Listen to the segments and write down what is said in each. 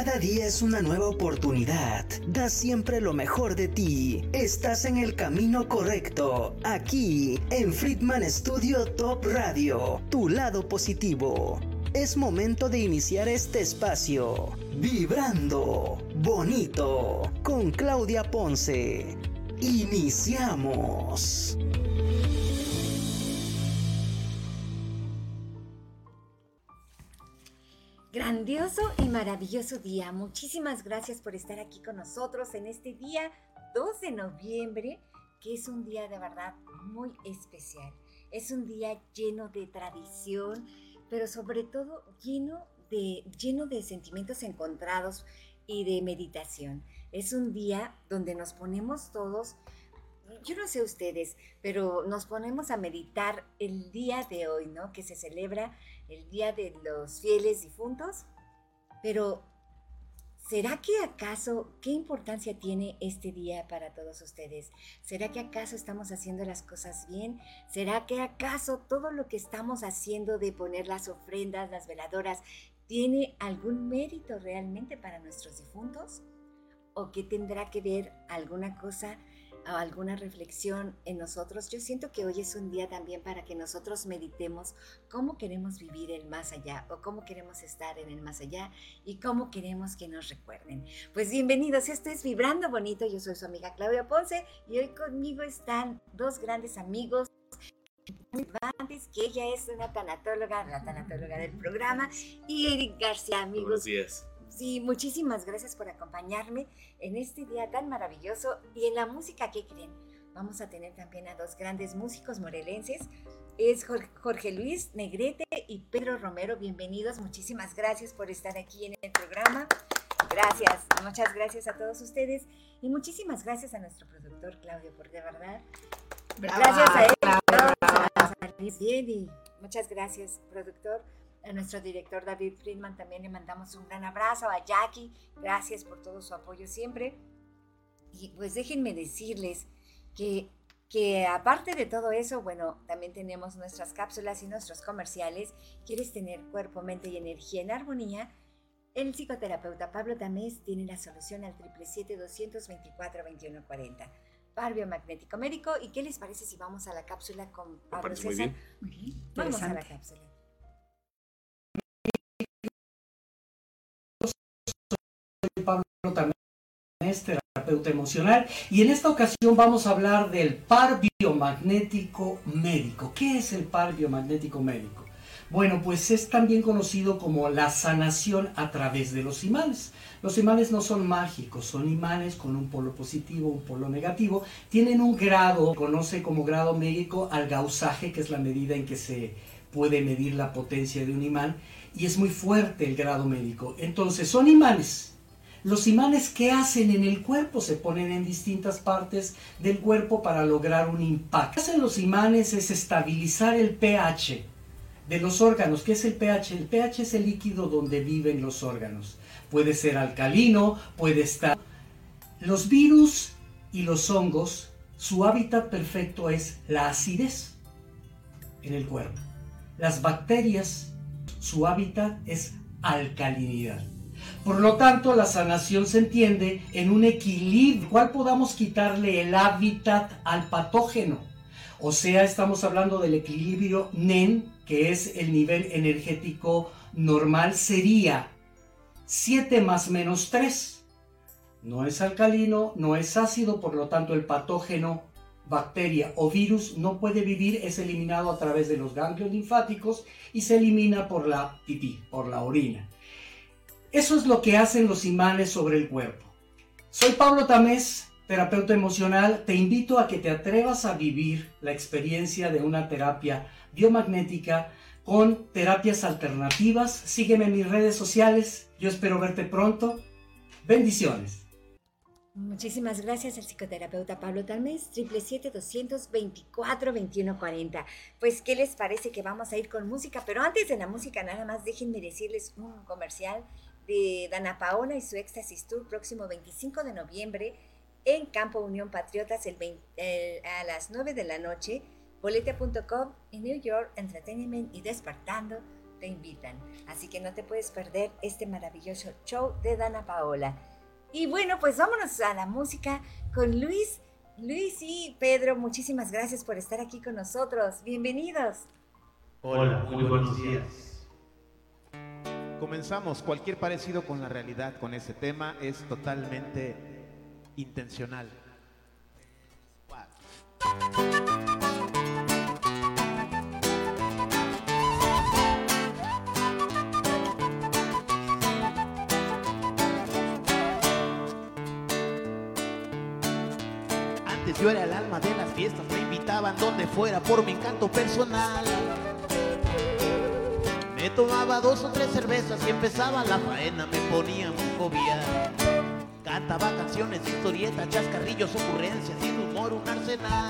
Cada día es una nueva oportunidad. Da siempre lo mejor de ti. Estás en el camino correcto. Aquí, en Friedman Studio Top Radio. Tu lado positivo. Es momento de iniciar este espacio. Vibrando Bonito. Con Claudia Ponce. Iniciamos. Grandioso y maravilloso día. Muchísimas gracias por estar aquí con nosotros en este día 2 de noviembre, que es un día de verdad muy especial. Es un día lleno de tradición, pero sobre todo lleno de sentimientos encontrados y de meditación. Es un día donde nos ponemos todos, yo no sé ustedes, pero nos ponemos a meditar el día de hoy, ¿no? Que se celebra el Día de los Fieles Difuntos. Pero, ¿será que acaso, qué importancia tiene este día para todos ustedes? ¿Será que acaso estamos haciendo las cosas bien? ¿Será que acaso todo lo que estamos haciendo de poner las ofrendas, las veladoras, tiene algún mérito realmente para nuestros difuntos? ¿O que tendrá que ver alguna cosa o alguna reflexión en nosotros? Yo siento que hoy es un día también para que nosotros meditemos cómo queremos vivir el más allá, o cómo queremos estar en el más allá, y cómo queremos que nos recuerden. Pues bienvenidos, esto es Vibrando Bonito. Yo soy su amiga Claudia Ponce y hoy conmigo están dos grandes amigos muy grandes, que ella es una tanatóloga, la tanatóloga del programa, y Eric García, amigos. Buenos días. Sí, muchísimas gracias por acompañarme en este día tan maravilloso. Y en la música, ¿qué creen? Vamos a tener también a dos grandes músicos morelenses. Es Jorge Luis Negrete y Pedro Romero. Bienvenidos, muchísimas gracias por estar aquí en el programa. Gracias, muchas gracias a todos ustedes. Y muchísimas gracias a nuestro productor Claudio, porque de verdad, gracias a él, vamos a salir bien. Y muchas gracias, productor. A nuestro director David Friedman también le mandamos un gran abrazo, a Jackie, gracias por todo su apoyo siempre. Y pues déjenme decirles que aparte de todo eso, bueno, también tenemos nuestras cápsulas y nuestros comerciales. ¿Quieres tener cuerpo, mente y energía en armonía? El psicoterapeuta Pablo Tamés tiene la solución al 777-224-2140. Par biomagnético médico. ¿Y qué les parece si vamos a la cápsula con Pablo César? Muy bien. Vamos a la cápsula. Pablo Tamés, terapeuta emocional, y en esta ocasión vamos a hablar del par biomagnético médico. ¿Qué es el par biomagnético médico? Bueno, pues es también conocido como la sanación a través de los imanes. Los imanes no son mágicos, son imanes con un polo positivo, un polo negativo. Tienen un grado, conoce como grado médico al gausaje, que es la medida en que se puede medir la potencia de un imán, y es muy fuerte el grado médico. Entonces, son imanes. Los imanes, ¿qué hacen en el cuerpo? Se ponen en distintas partes del cuerpo para lograr un impacto. Lo que hacen los imanes es estabilizar el pH de los órganos. ¿Qué es el pH? El pH es el líquido donde viven los órganos. Puede ser alcalino, puede estar... Los virus y los hongos, su hábitat perfecto es la acidez en el cuerpo. Las bacterias, su hábitat es alcalinidad. Por lo tanto, la sanación se entiende en un equilibrio, cual podamos quitarle el hábitat al patógeno. O sea, estamos hablando del equilibrio NEN, que es el nivel energético normal, sería 7 más menos 3. No es alcalino, no es ácido, por lo tanto el patógeno, bacteria o virus no puede vivir, es eliminado a través de los ganglios linfáticos y se elimina por la pipí, por la orina. Eso es lo que hacen los imanes sobre el cuerpo. Soy Pablo Tamés, terapeuta emocional. Te invito a que te atrevas a vivir la experiencia de una terapia biomagnética con terapias alternativas. Sígueme en mis redes sociales. Yo espero verte pronto. Bendiciones. Muchísimas gracias al psicoterapeuta Pablo Tamés, 777-224-2140. Pues, ¿qué les parece que vamos a ir con música? Pero antes de la música, nada más déjenme decirles un comercial de Dana Paola y su Éxtasis Tour, próximo 25 de noviembre en Campo Unión Patriotas a las 9 de la noche. Boleta.com y New York Entertainment y Despertando te invitan. Así que no te puedes perder este maravilloso show de Dana Paola. Y bueno, pues vámonos a la música con Luis. Luis y Pedro, muchísimas gracias por estar aquí con nosotros. Bienvenidos. Hola, muy buenos días. Comenzamos. Cualquier parecido con la realidad con ese tema es totalmente intencional. Antes yo era el alma de las fiestas, me invitaban donde fuera por mi encanto personal. Me tomaba 2 o 3 cervezas y empezaba la faena, me ponía muy jovial. Cantaba canciones, historietas, chascarrillos, ocurrencias y de humor un arsenal.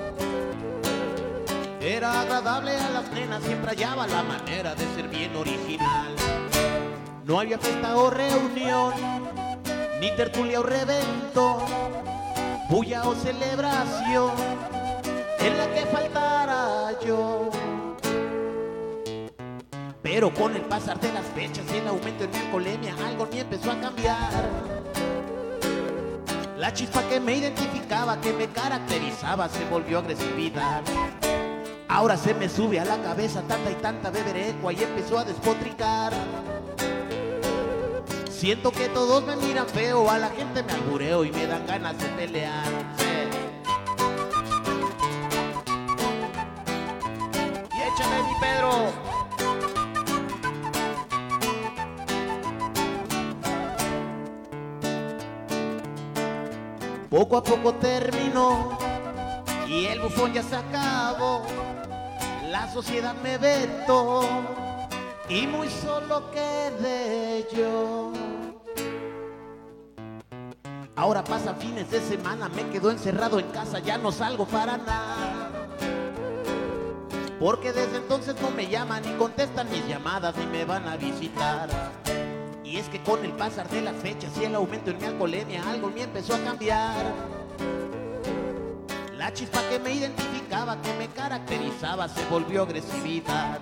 Era agradable a las nenas, siempre hallaba la manera de ser bien original. No había fiesta o reunión, ni tertulia o reventón, bulla o celebración en la que faltara yo. Pero con el pasar de las fechas y el aumento en mi alcoholemia, algo en mí empezó a cambiar. La chispa que me identificaba, que me caracterizaba, se volvió agresividad. Ahora se me sube a la cabeza tanta y tanta beberecua y empezó a despotricar. Siento que todos me miran feo, a la gente me albureo y me dan ganas de pelear. Y échale, mi Pedro. Poco a poco terminó y el bufón ya se acabó. La sociedad me vetó y muy solo quedé yo. Ahora pasan fines de semana, me quedo encerrado en casa, ya no salgo para nada. Porque desde entonces no me llaman ni contestan mis llamadas ni me van a visitar. Y es que con el pasar de las fechas y el aumento en mi alcoholemia, algo en mí empezó a cambiar. La chispa que me identificaba, que me caracterizaba, se volvió agresividad.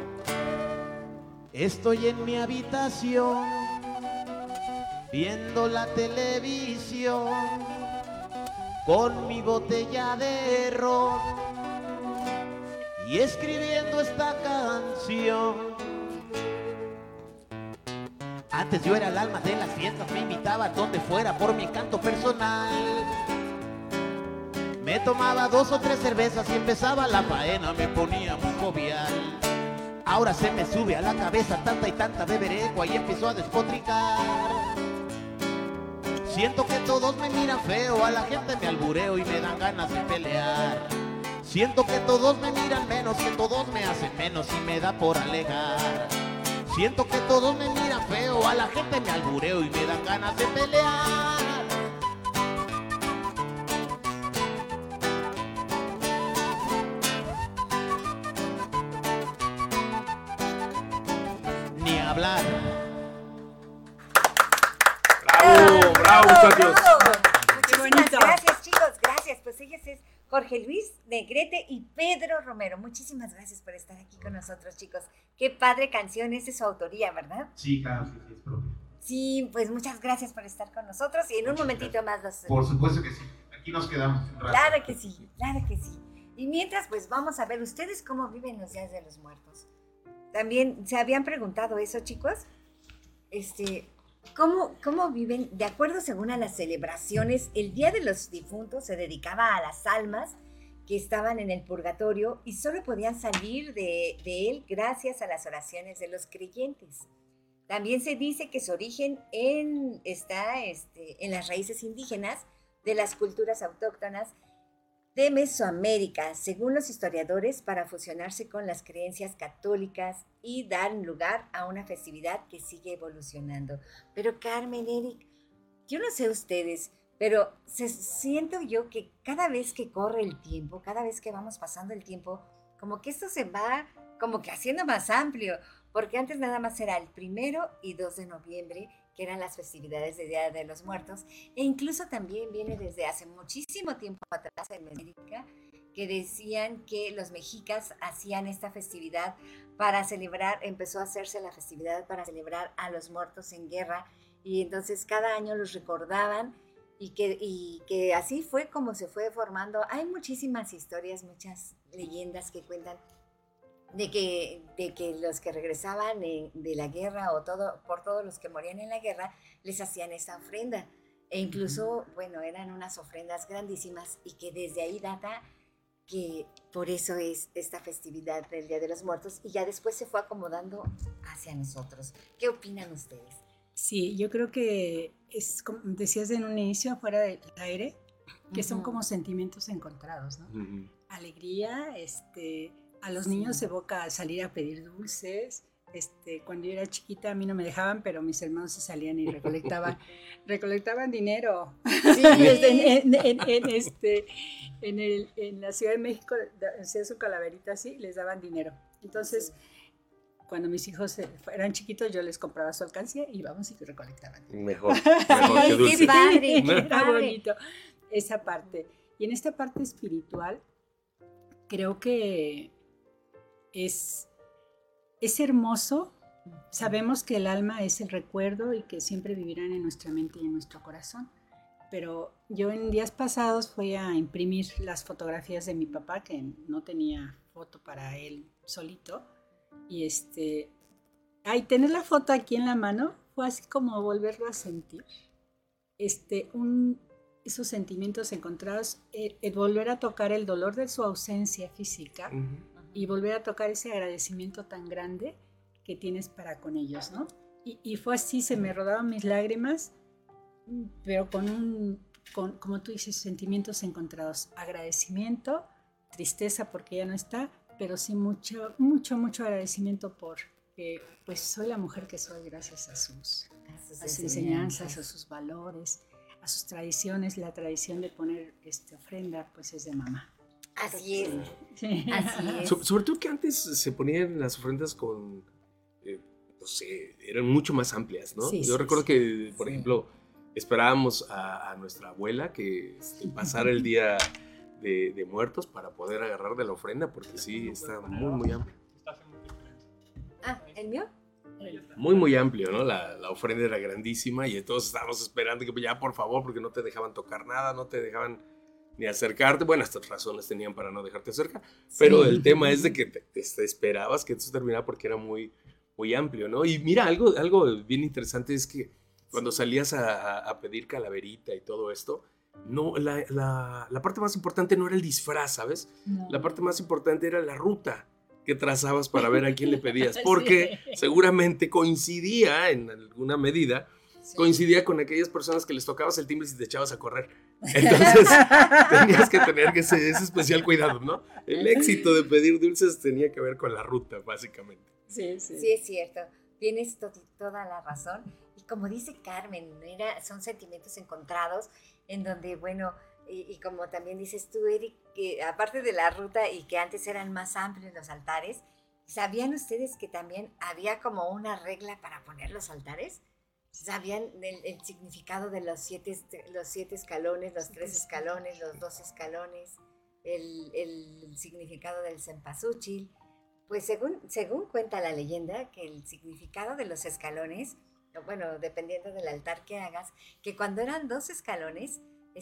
Estoy en mi habitación, viendo la televisión, con mi botella de ron y escribiendo esta canción. Antes yo era el alma de las fiestas, me invitaba donde fuera por mi encanto personal. Me tomaba 2 o 3 cervezas y empezaba la faena, me ponía muy jovial. Ahora se me sube a la cabeza tanta y tanta beberecua y empiezo a despotricar. Siento que todos me miran feo, a la gente me albureo y me dan ganas de pelear. Siento que todos me miran menos, que todos me hacen menos y me da por alegar. Siento que todos me miran feo, a la gente me albureo y me dan ganas de pelear. Ni hablar. ¡Bravo! ¡Bravo, muchachos! Muchísimas gracias, chicos, gracias. Pues ellos es Jorge Luis Negrete y Pedro Romero. Muchísimas gracias por estar aquí con nosotros, chicos. Qué padre canción, es de su autoría, ¿verdad? Sí, claro, sí, es propio. Sí, pues muchas gracias por estar con nosotros y en un momentito más los... Por supuesto que sí. Aquí nos quedamos un rato. Claro que sí, claro que sí. Y mientras, pues vamos a ver ustedes cómo viven los días de los muertos. También se habían preguntado eso, chicos. ¿Cómo viven? De acuerdo, según a las celebraciones, el Día de los Difuntos se dedicaba a las almas que estaban en el purgatorio y solo podían salir de él gracias a las oraciones de los creyentes. También se dice que su origen está en las raíces indígenas de las culturas autóctonas de Mesoamérica, según los historiadores, para fusionarse con las creencias católicas y dar lugar a una festividad que sigue evolucionando. Pero Carmen, Eric, yo no sé ustedes, pero siento yo que cada vez que corre el tiempo, cada vez que vamos pasando el tiempo, como que esto se va como que haciendo más amplio, porque antes nada más era el 1 y 2 de noviembre, que eran las festividades de Día de los Muertos, e incluso también viene desde hace muchísimo tiempo atrás en América, que decían que los mexicas hacían esta festividad para celebrar, empezó a hacerse la festividad para celebrar a los muertos en guerra, y entonces cada año los recordaban, y que así fue como se fue formando. Hay muchísimas historias, muchas leyendas que cuentan de que los que regresaban de la guerra por todos los que morían en la guerra, les hacían esta ofrenda. E incluso, bueno, eran unas ofrendas grandísimas, y que desde ahí data que por eso es esta festividad del Día de los Muertos, y ya después se fue acomodando hacia nosotros. ¿Qué opinan ustedes? Sí, yo creo que es como decías en un inicio, fuera del aire, que son como sentimientos encontrados, ¿no? Alegría, a los niños se evoca salir a pedir dulces. Cuando yo era chiquita a mí no me dejaban, pero mis hermanos se salían y recolectaban dinero. Sí. En la Ciudad de México hacía su calaverita así, les daban dinero. Entonces, cuando mis hijos eran chiquitos, yo les compraba su alcancía y íbamos y recolectaban dinero. Mejor que dulce. ¡Qué padre! Era bonito esa parte. Y en esta parte espiritual, creo que es hermoso. Sabemos que el alma es el recuerdo y que siempre vivirán en nuestra mente y en nuestro corazón. Pero yo en días pasados fui a imprimir las fotografías de mi papá, que no tenía foto para él solito. Y tener la foto aquí en la mano fue así como volverlo a sentir. Esos sentimientos encontrados, el volver a tocar el dolor de su ausencia física. Y volver a tocar ese agradecimiento tan grande que tienes para con ellos, ¿no? Y fue así, se me rodaban mis lágrimas, pero con como tú dices, sentimientos encontrados. Agradecimiento, tristeza porque ya no está, pero sí mucho agradecimiento por pues soy la mujer que soy gracias a sus enseñanzas, a sus valores, a sus tradiciones. La tradición de poner ofrenda pues es de mamá. Así es. Sí. Así es. Sobre todo que antes se ponían las ofrendas con, no sé, eran mucho más amplias, ¿no? Yo recuerdo que, por ejemplo, esperábamos a nuestra abuela que pasara el día de muertos para poder agarrar de la ofrenda, porque sí, está muy amplio. ¿El mío? Muy amplio, ¿no? La ofrenda era grandísima y todos estábamos esperando que ya, por favor, porque no te dejaban tocar nada, no te dejaban ni acercarte. Bueno, estas razones tenían para no dejarte acercar, pero el tema es de que te esperabas que esto terminara porque era muy amplio, ¿no? Y mira, algo bien interesante es que cuando salías a pedir calaverita y todo esto, no, la parte más importante no era el disfraz, ¿sabes? No. La parte más importante era la ruta que trazabas para ver a quién le pedías, porque seguramente coincidía en alguna medida, coincidía con aquellas personas que les tocabas el timbre y te echabas a correr. Entonces tenías que tener ese especial cuidado, ¿no? El éxito de pedir dulces tenía que ver con la ruta, básicamente. Sí, es cierto. Tienes toda la razón. Y como dice Carmen, son sentimientos encontrados en donde, bueno, y como también dices tú, Eric, que aparte de la ruta y que antes eran más amplios los altares, ¿sabían ustedes que también había como una regla para poner los altares? ¿Sabían el significado de los siete escalones, los 3 escalones, los 2 escalones, el significado del cempasúchil? Pues según cuenta la leyenda, que el significado de los escalones, bueno, dependiendo del altar que hagas, que cuando eran 2 escalones,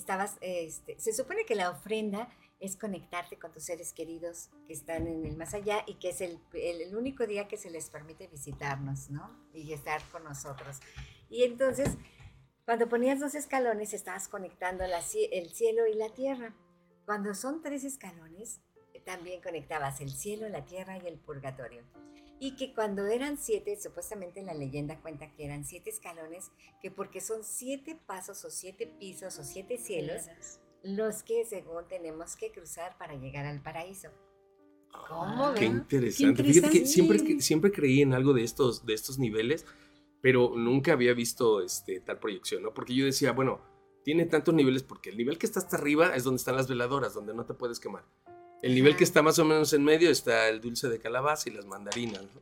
se supone que la ofrenda es conectarte con tus seres queridos que están en el más allá y que es el único día que se les permite visitarnos, ¿no? Y estar con nosotros. Y entonces, cuando ponías 2 escalones, estabas conectando el cielo y la tierra. Cuando son 3 escalones, también conectabas el cielo, la tierra y el purgatorio. Y que cuando eran 7, supuestamente la leyenda cuenta que eran 7 escalones, que porque son 7 pasos o 7 pisos o 7 cielos, los que según tenemos que cruzar para llegar al paraíso. ¿Cómo? Qué interesante. Fíjate que siempre creí en algo de estos niveles, pero nunca había visto tal proyección, ¿no? Porque yo decía, bueno, tiene tantos niveles porque el nivel que está hasta arriba es donde están las veladoras, donde no te puedes quemar. El nivel que está más o menos en medio está el dulce de calabaza y las mandarinas, ¿no?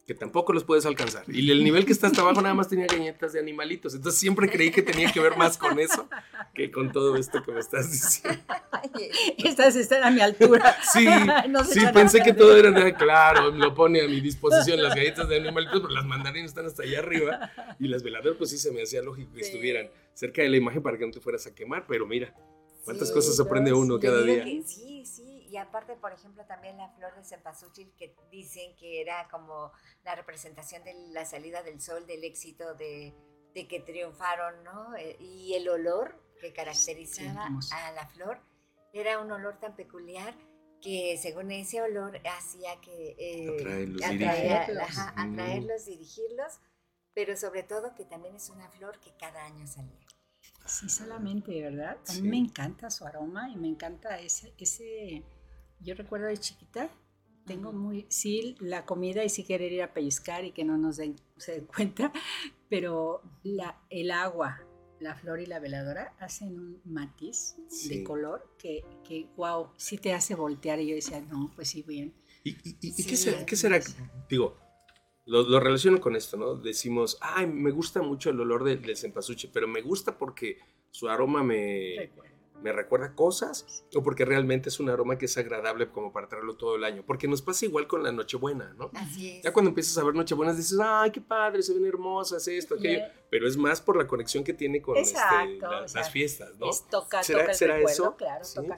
que tampoco los puedes alcanzar. Y el nivel que está hasta abajo nada más tenía galletas de animalitos. Entonces siempre creí que tenía que ver más con eso que con todo esto que me estás diciendo. Estas están a mi altura. Sí, No se sí, echan a pensé que perder. todo era claro, lo pone a mi disposición las galletas de animalitos, pero las mandarinas están hasta allá arriba y las veladoras pues sí se me hacía lógico que estuvieran cerca de la imagen para que no te fueras a quemar, pero mira, cuántas cosas aprende uno cada día. Sí, y aparte, por ejemplo, también la flor de cempasúchil, que dicen que era como la representación de la salida del sol, del éxito, de que triunfaron, ¿no? Y el olor que caracterizaba a la flor era un olor tan peculiar que según ese olor hacía que atraerlos, dirigirlos, pero sobre todo que también es una flor que cada año salía. Sí, solamente, ¿verdad? A mí Sí. me encanta su aroma y me encanta ese... Yo recuerdo de chiquita, tengo sí, la comida y sí querer ir a pellizcar y que no se den cuenta, pero el agua, la flor y la veladora hacen un matiz de color que wow, sí te hace voltear. Y yo decía, no, pues sí, bien. ¿Y qué será? Digo, lo relaciono con esto, ¿no? Decimos, ay, me gusta mucho el olor del cempasúchil, pero me gusta porque su aroma me recuerda cosas, o porque realmente es un aroma que es agradable como para traerlo todo el año. Porque nos pasa igual con la Nochebuena, ¿no? Así es. Ya cuando empiezas a ver Nochebuenas dices, ay, qué padre, se ven hermosas, esto, aquello. Pero es más por la conexión que tiene con las fiestas, ¿no? Toca el recuerdo, eso? Claro, ¿sí? Toca.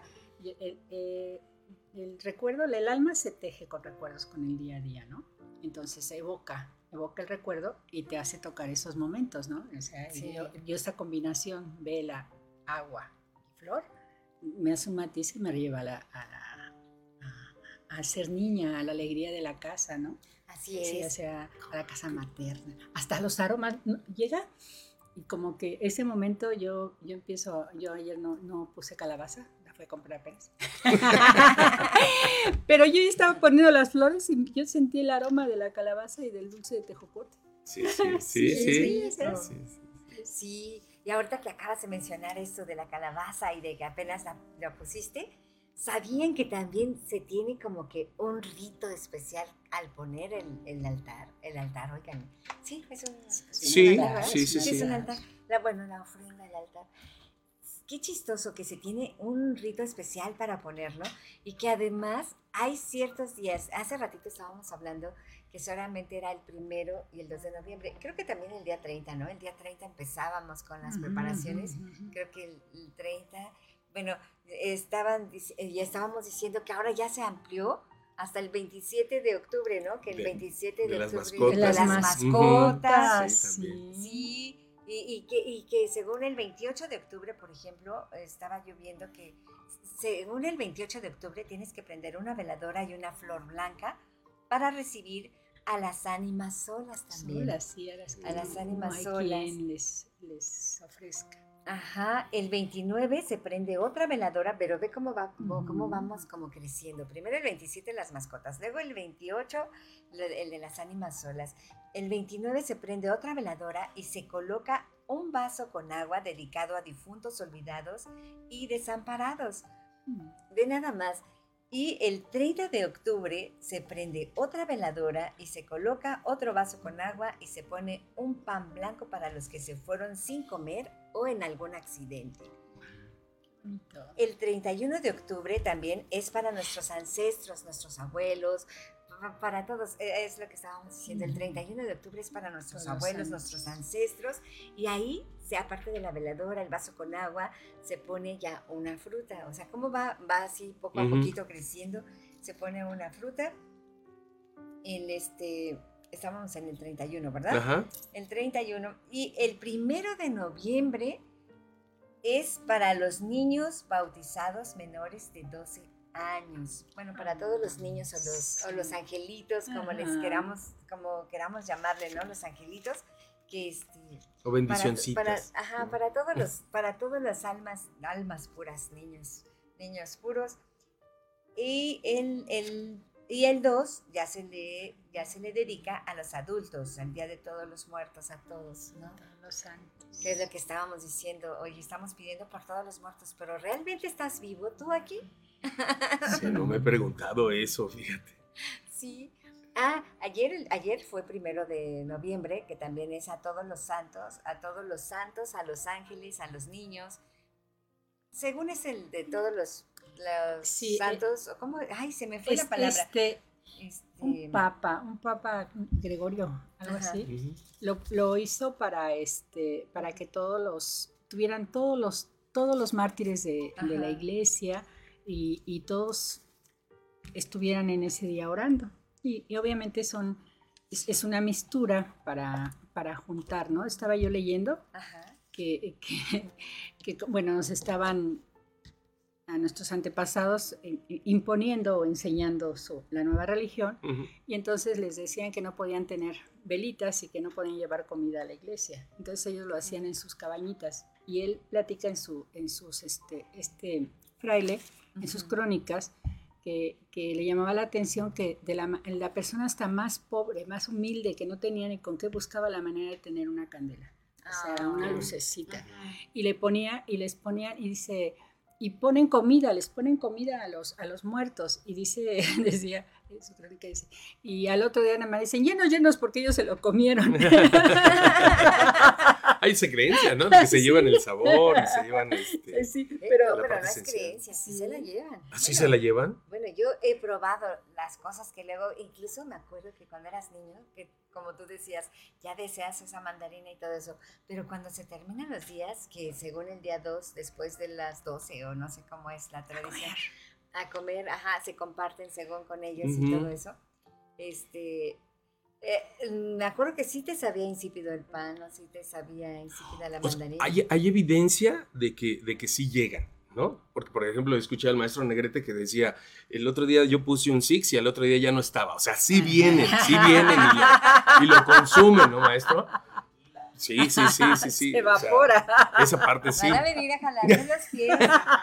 El recuerdo, el alma se teje con recuerdos con el día a día, ¿no? Entonces evoca el recuerdo y te hace tocar esos momentos, ¿no? O sea, yo esta combinación, vela, agua y flor, me hace un matiz y me lleva a ser niña, a la alegría de la casa, ¿no? Así es. Sí, o sea, a la casa materna. Hasta los aromas, ¿no? Llega y como que ese momento yo ayer no puse calabaza, la fui a comprar apenas. Pero yo ya estaba poniendo las flores y yo sentí el aroma de la calabaza y del dulce de tejocote. Sí, y ahorita que acabas de mencionar esto de la calabaza y de que apenas la pusiste, ¿sabían que también se tiene como que un rito especial al poner el altar? El altar, oigan. Sí, es un altar. Sí. Es un altar. La ofrenda del altar. Qué chistoso que se tiene un rito especial para ponerlo y que además hay ciertos días, hace ratito estábamos hablando que solamente era el 1 y el 2 de noviembre, creo que también el día 30, ¿no? El día 30 empezábamos con las preparaciones, creo que el 30, bueno, ya estábamos diciendo que ahora ya se amplió hasta el 27 de octubre, ¿no? Que el 27 de octubre de las mascotas. Sí. Y que según el 28 de octubre, por ejemplo, estaba yo viendo que según el 28 de octubre tienes que prender una veladora y una flor blanca para recibir a las ánimas solas también. A las ánimas solas. Quien les ofrezca. Ajá, el 29 se prende otra veladora, pero ve cómo vamos como creciendo. Primero el 27 las mascotas, luego el 28 el de las ánimas solas. El 29 se prende otra veladora y se coloca un vaso con agua dedicado a difuntos olvidados y desamparados. Ve nada más. Y el 30 de octubre se prende otra veladora y se coloca otro vaso con agua y se pone un pan blanco para los que se fueron sin comer o en algún accidente. El 31 de octubre también es para nuestros ancestros, nuestros abuelos, para todos, es lo que estábamos diciendo. El 31 de octubre es para nuestros abuelos, nuestros ancestros, y ahí, aparte de la veladora, el vaso con agua, se pone ya una fruta. O sea, cómo va así poco a poquito creciendo, se pone una fruta. Estábamos en el 31, ¿verdad? Ajá. El 31. Y el 1 de noviembre es para los niños bautizados menores de 12 años. Bueno, para todos los niños o los angelitos, como queramos llamarle, ¿no? Los angelitos que o bendicioncitas. para todas las almas puras, niños puros. Y el 2 ya se le dedica a los adultos, al Día de Todos los Muertos, a todos, ¿no? Todos los santos. Que es lo que estábamos diciendo, oye, estamos pidiendo por todos los muertos, pero ¿realmente estás vivo tú aquí? Sí, no me he preguntado eso, fíjate. Sí, Ayer fue 1 de noviembre, que también es a todos los santos, a los ángeles, a los niños. Según es el de todos los Sí, santos, ¿cómo? Ay, se me fue la palabra. Un papa Gregorio, algo Ajá. así, lo hizo para que tuvieran todos los mártires de la Ajá. iglesia y todos estuvieran en ese día orando. Y obviamente es una mistura para juntar, ¿no? Estaba yo leyendo Ajá. que bueno, nos estaban a nuestros antepasados imponiendo o enseñando la nueva religión, y entonces les decían que no podían tener velitas y que no podían llevar comida a la iglesia. Entonces ellos lo hacían en sus cabañitas, y él platica en sus fraile, en sus crónicas, que le llamaba la atención que la persona hasta más pobre, más humilde, que no tenía ni con qué, buscaba la manera de tener una candela, o sea, una lucecita. Y les ponían, y dice, y les ponen comida a los muertos, y decía, en su crónica dice, y al otro día nada más dicen, llenos, porque ellos se lo comieron. Hay esa creencia, ¿no? Que se llevan el sabor, y se llevan Sí, Pero la no parte es esencial. creencia, sí se la llevan. ¿Así Bueno, se la llevan? Bueno, yo he probado las cosas que luego, incluso me acuerdo que cuando eras niño, que como tú decías, ya deseas esa mandarina y todo eso, pero cuando se terminan los días, que según el día 2, después de las 12, o no sé cómo es la tradición, a comer, ajá, se comparten según con ellos y todo eso, me acuerdo que sí te sabía insípido el pan, o sí te sabía insípida la mandarina. Hay evidencia de que sí llegan, ¿no? Porque, por ejemplo, escuché al maestro Negrete que decía, el otro día yo puse un Six y al otro día ya no estaba. O sea, sí vienen y lo consumen, ¿no, maestro? Sí. Se evapora. O sea, esa parte sí. Van a venir a jalarme los pies.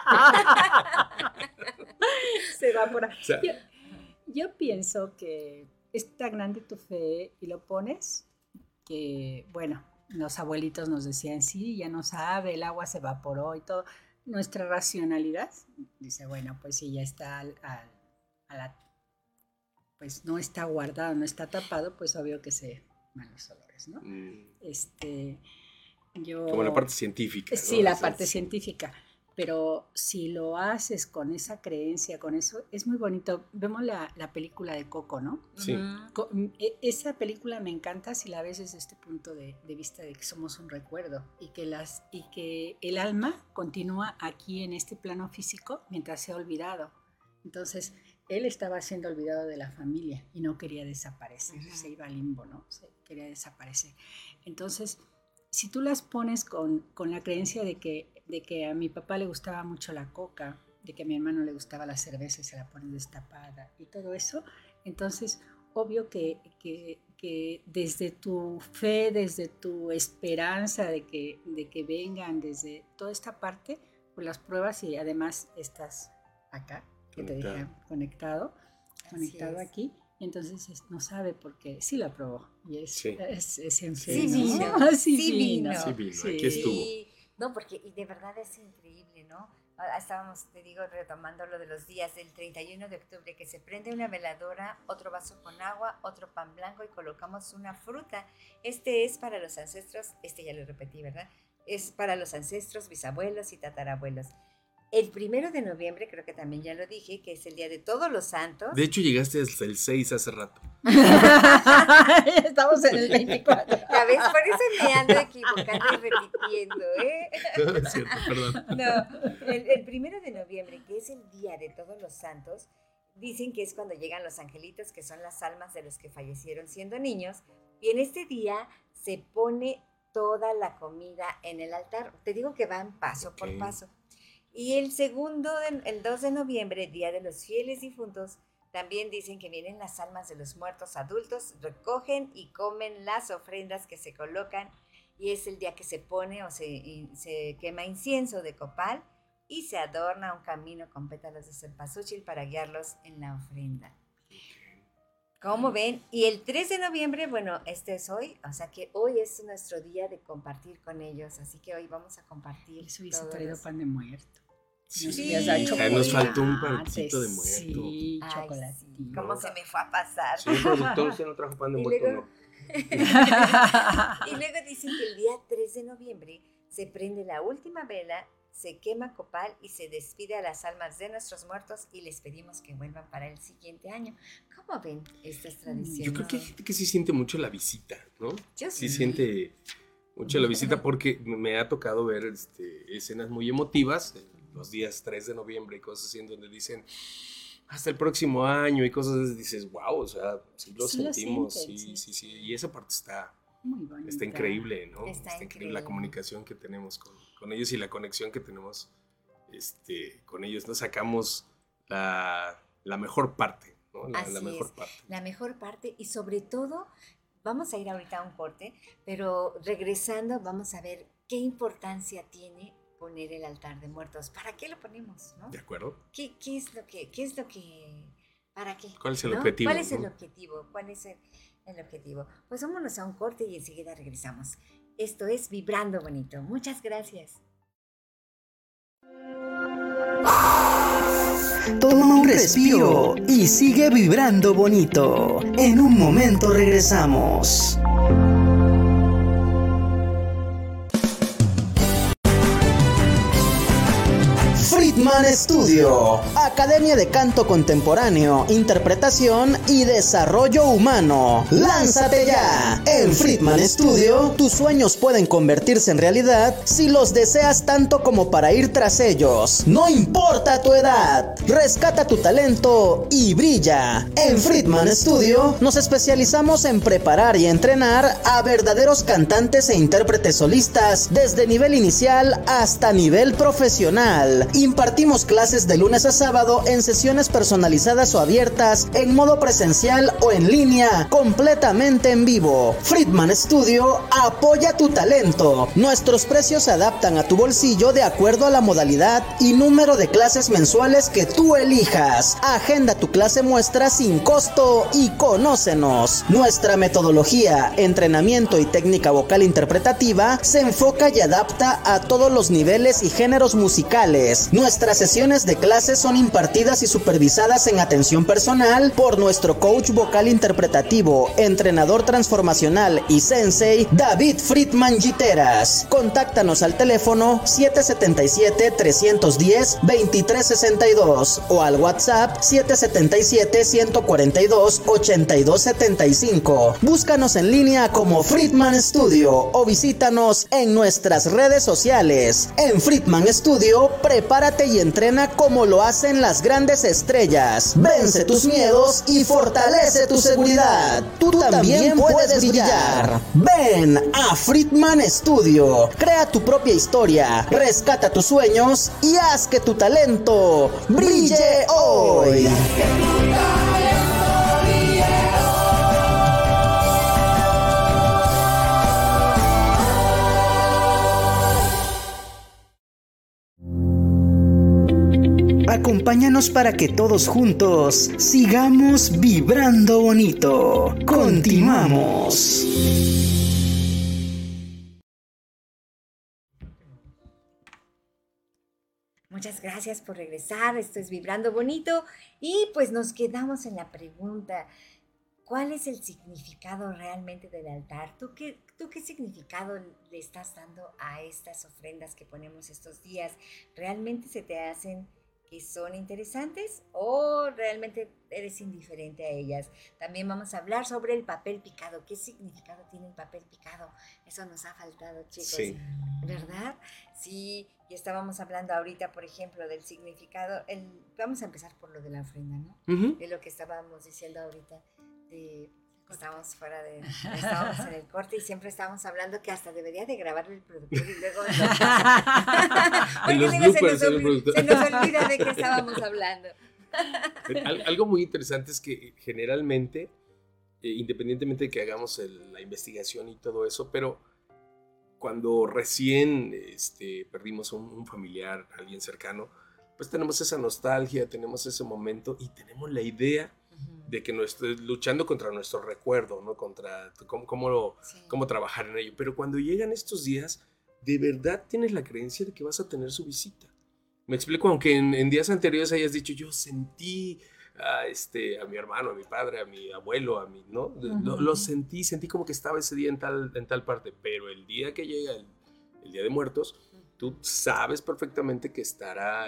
Se evapora. O sea, Yo pienso que es tan grande tu fe y lo pones que, bueno, los abuelitos nos decían, sí, ya no sabe, el agua se evaporó y todo. Nuestra racionalidad dice, bueno, pues si ya está pues no está guardado, no está tapado, pues obvio que se van los olores, ¿no? Como la parte científica, ¿no? Sí, la parte científica. Pero si lo haces con esa creencia, con eso, es muy bonito. Vemos la película de Coco, ¿no? Sí. Esa película me encanta si la ves desde este punto de vista de que somos un recuerdo y que el alma continúa aquí en este plano físico mientras se ha olvidado. Entonces, él estaba siendo olvidado de la familia y no quería desaparecer, se iba al limbo, ¿no? Quería desaparecer. Entonces, si tú las pones con la creencia de que a mi papá le gustaba mucho la coca, de que a mi hermano le gustaba la cerveza y se la ponen destapada y todo eso, entonces obvio que desde tu fe, desde tu esperanza de que vengan, desde toda esta parte, pues las pruebas, y además estás acá, que te deja conectado aquí. Entonces no sabe porque sí la probó y es en Sí vino. vino. Aquí estuvo. No, porque y de verdad es increíble, ¿no? Estábamos, te digo, retomando lo de los días del 31 de octubre, que se prende una veladora, otro vaso con agua, otro pan blanco y colocamos una fruta. Es para los ancestros, ya lo repetí, ¿verdad? Es para los ancestros, bisabuelos y tatarabuelos. El 1 de noviembre, creo que también ya lo dije, que es el Día de Todos los Santos. De hecho, llegaste hasta el 6 hace rato. Estamos en el 24. Ya ves, por eso me ando equivocando y repitiendo, ¿eh? No, es cierto, perdón. No, el 1 de noviembre, que es el Día de Todos los Santos, dicen que es cuando llegan los angelitos, que son las almas de los que fallecieron siendo niños, y en este día se pone toda la comida en el altar. Te digo que van paso por paso. Y el 2 de noviembre, Día de los Fieles Difuntos, también dicen que vienen las almas de los muertos adultos, recogen y comen las ofrendas que se colocan, y es el día que se pone o se quema incienso de copal y se adorna un camino con pétalos de cempasúchil para guiarlos en la ofrenda. ¿Cómo ven? Y el 3 de noviembre, bueno, es hoy, o sea que hoy es nuestro día de compartir con ellos, así que hoy vamos a compartir. Les hubiese traído pan de muerto. Sí, Sí. nos faltó un chocolates, pancito de muerto. Sí, Ay, chocolate. sí, ¿cómo se me fue a pasar? Sí, productor, usted no trajo pan de Y muerto, luego- no. Y luego dicen que el día 3 de noviembre se prende la última vela, se quema copal y se despide a las almas de nuestros muertos y les pedimos que vuelvan para el siguiente año. ¿Cómo ven estas tradiciones? Yo creo que hay gente que sí siente mucho la visita, ¿no? Yo Sí sí. siente mucho la visita porque me ha tocado ver escenas muy emotivas, los días 3 de noviembre y cosas así en donde dicen hasta el próximo año y cosas así, dices, wow, o sea, sí lo Sí lo sentimos, sienten, sí, y esa parte está Muy bonita. increíble, ¿no? Está increíble increíble. la comunicación que tenemos con ellos y la conexión que tenemos con ellos, ¿no? Sacamos la mejor parte, ¿no? La Así mejor es. parte. La mejor parte y sobre todo, vamos a ir ahorita a un corte, pero regresando vamos a ver qué importancia tiene poner el altar de muertos. ¿Para qué lo ponemos, no? ¿De acuerdo? ¿Qué es lo que, para qué? ¿Cuál es el ¿no? objetivo, ¿Cuál es el no? objetivo? ¿Cuál es el objetivo? Pues vámonos a un corte y enseguida regresamos. Esto es Vibrando Bonito. Muchas gracias. Toma un respiro y sigue vibrando bonito. En un momento regresamos. Friedman Studio, Academia de Canto Contemporáneo, Interpretación y Desarrollo Humano. ¡Lánzate ya! En Friedman Studio, tus sueños pueden convertirse en realidad si los deseas tanto como para ir tras ellos. No importa tu edad, rescata tu talento y brilla. En Friedman Studio, nos especializamos en preparar y entrenar a verdaderos cantantes e intérpretes solistas desde nivel inicial hasta nivel profesional. Impartimos clases de lunes a sábado en sesiones personalizadas o abiertas, en modo presencial o en línea, completamente en vivo. Friedman Studio apoya tu talento. Nuestros precios se adaptan a tu bolsillo de acuerdo a la modalidad y número de clases mensuales que tú elijas. Agenda tu clase muestra sin costo y conócenos. Nuestra metodología, entrenamiento y técnica vocal interpretativa se enfoca y adapta a todos los niveles y géneros musicales. Nuestras sesiones de clases son impartidas y supervisadas en atención personal por nuestro coach vocal interpretativo, entrenador transformacional y sensei David Friedman Giteras. Contáctanos al teléfono 777-310-2362 o al WhatsApp 777-142-8275. Búscanos en línea como Friedman Studio o visítanos en nuestras redes sociales. En Friedman Studio, prepárate y entrena como lo hacen las grandes estrellas. Vence tus miedos y fortalece tu seguridad. Tú también puedes brillar. Ven a Friedman Studio. Crea tu propia historia, rescata tus sueños y haz que tu talento brille hoy. Acompáñanos para que todos juntos sigamos vibrando bonito. Continuamos. Muchas gracias por regresar. Esto es Vibrando Bonito. Y pues nos quedamos en la pregunta: ¿cuál es el significado realmente del altar? ¿Tú qué significado le estás dando a estas ofrendas que ponemos estos días? ¿Realmente se te hacen que son interesantes o realmente eres indiferente a ellas? También vamos a hablar sobre el papel picado. ¿Qué significado tiene el papel picado? Eso nos ha faltado, chicos. Sí. ¿Verdad? Sí, y estábamos hablando ahorita, por ejemplo, del significado. Vamos a empezar por lo de la ofrenda, ¿no? Uh-huh. De lo que estábamos diciendo ahorita. Estábamos estábamos en el corte y siempre estábamos hablando que hasta debería de grabarlo el productor y luego En los luego bloopers, se nos olvida de qué estábamos hablando. Algo muy interesante es que generalmente, independientemente de que hagamos la investigación y todo eso, pero cuando recién perdimos a un familiar, alguien cercano, pues tenemos esa nostalgia, tenemos ese momento y tenemos la idea de que luchando contra nuestro recuerdo, ¿no? Contra cómo trabajar en ello. Pero cuando llegan estos días, de verdad tienes la creencia de que vas a tener su visita. Me explico, aunque en días anteriores hayas dicho, yo sentí a mi hermano, a mi padre, a mi abuelo, a mi, ¿no? Lo sentí como que estaba ese día en tal parte, pero el día que llega el Día de Muertos, tú sabes perfectamente que estará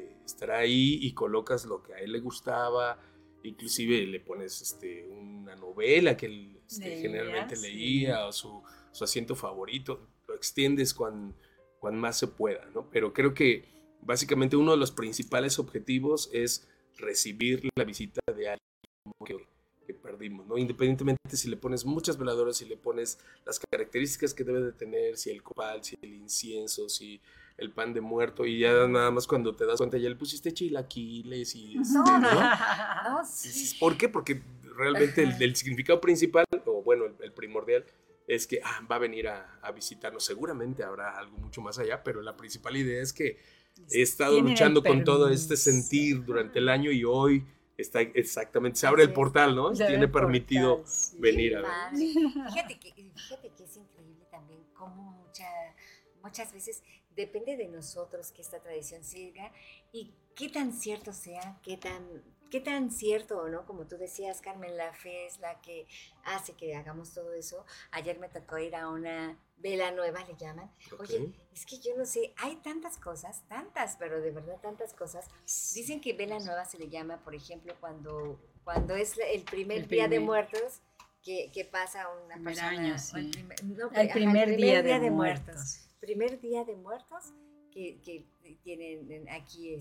ahí y colocas lo que a él le gustaba, inclusive le pones una novela que él generalmente leía, o su asiento favorito, lo extiendes cuan más se pueda, ¿no? Pero creo que básicamente uno de los principales objetivos es recibir la visita de alguien que perdimos, ¿no? Independientemente si le pones muchas veladoras, si le pones las características que debe de tener, si el copal, si el incienso, si el pan de muerto, y ya nada más cuando te das cuenta ya le pusiste chilaquiles y ¿no? No, sí. ¿Por qué? Porque realmente el significado principal, o bueno, el primordial, es que va a venir a visitarnos. Seguramente habrá algo mucho más allá, pero la principal idea es que he estado luchando con todo este sentir durante el año y hoy está exactamente, se abre el portal, ¿no? Tiene permitido venir a ver. Fíjate que es increíble también cómo muchas veces depende de nosotros que esta tradición siga y qué tan cierto sea, qué tan cierto o no, como tú decías, Carmen, la fe es la que hace que hagamos todo eso. Ayer me tocó ir a una vela nueva, le llaman. Oye, es que yo no sé, hay tantas cosas, pero de verdad tantas cosas. Dicen que vela nueva se le llama, por ejemplo, cuando es el primer día de muertos, que pasa una persona. Año, sí. El primer día de muertos. Primer día de muertos que tienen aquí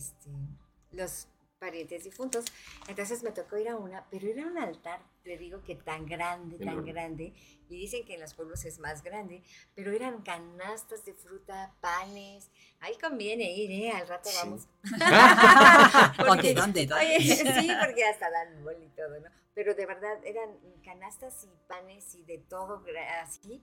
los parientes difuntos. Entonces me tocó ir a una, pero era un altar, te digo que tan grande, y dicen que en los pueblos es más grande, pero eran canastas de fruta, panes. Ahí conviene ir, al rato vamos. ¿Dónde? Oye, sí, porque hasta dan bol y todo, ¿no? Pero de verdad eran canastas y panes y de todo así.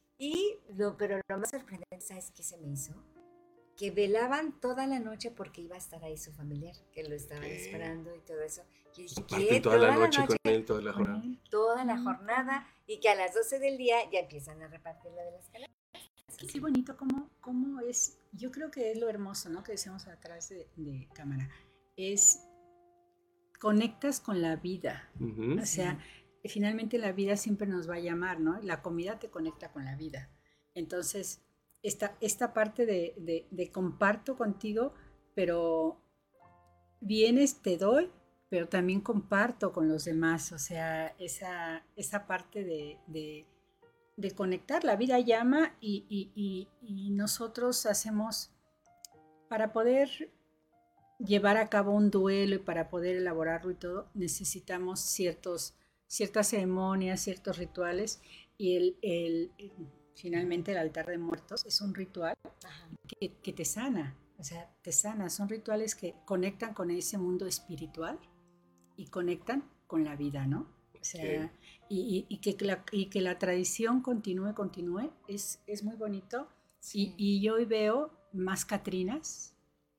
Pero lo más sorprendente, ¿sabes qué se me hizo? Que velaban toda la noche porque iba a estar ahí su familiar, que lo estaban esperando y todo eso. Y dije, ¿qué? Toda la noche con él, toda la jornada. Toda la jornada, y que a las 12 del día ya empiezan a repartir la de las canastas. Qué bonito cómo es, yo creo que es lo hermoso, ¿no? Que decíamos atrás de cámara, es conectas con la vida, o sea, finalmente la vida siempre nos va a llamar, ¿no? La comida te conecta con la vida, entonces esta parte de comparto contigo, pero vienes, te doy, pero también comparto con los demás, o sea, esa parte de conectar, la vida llama y nosotros hacemos, para poder llevar a cabo un duelo y para poder elaborarlo y todo, necesitamos ciertas ceremonias, ciertos rituales, y finalmente el altar de muertos es un ritual que te sana, o sea, te sana, son rituales que conectan con ese mundo espiritual y conectan con la vida, ¿no? O sea, y que la tradición continúe, es muy bonito. Sí. Y yo hoy veo más catrines,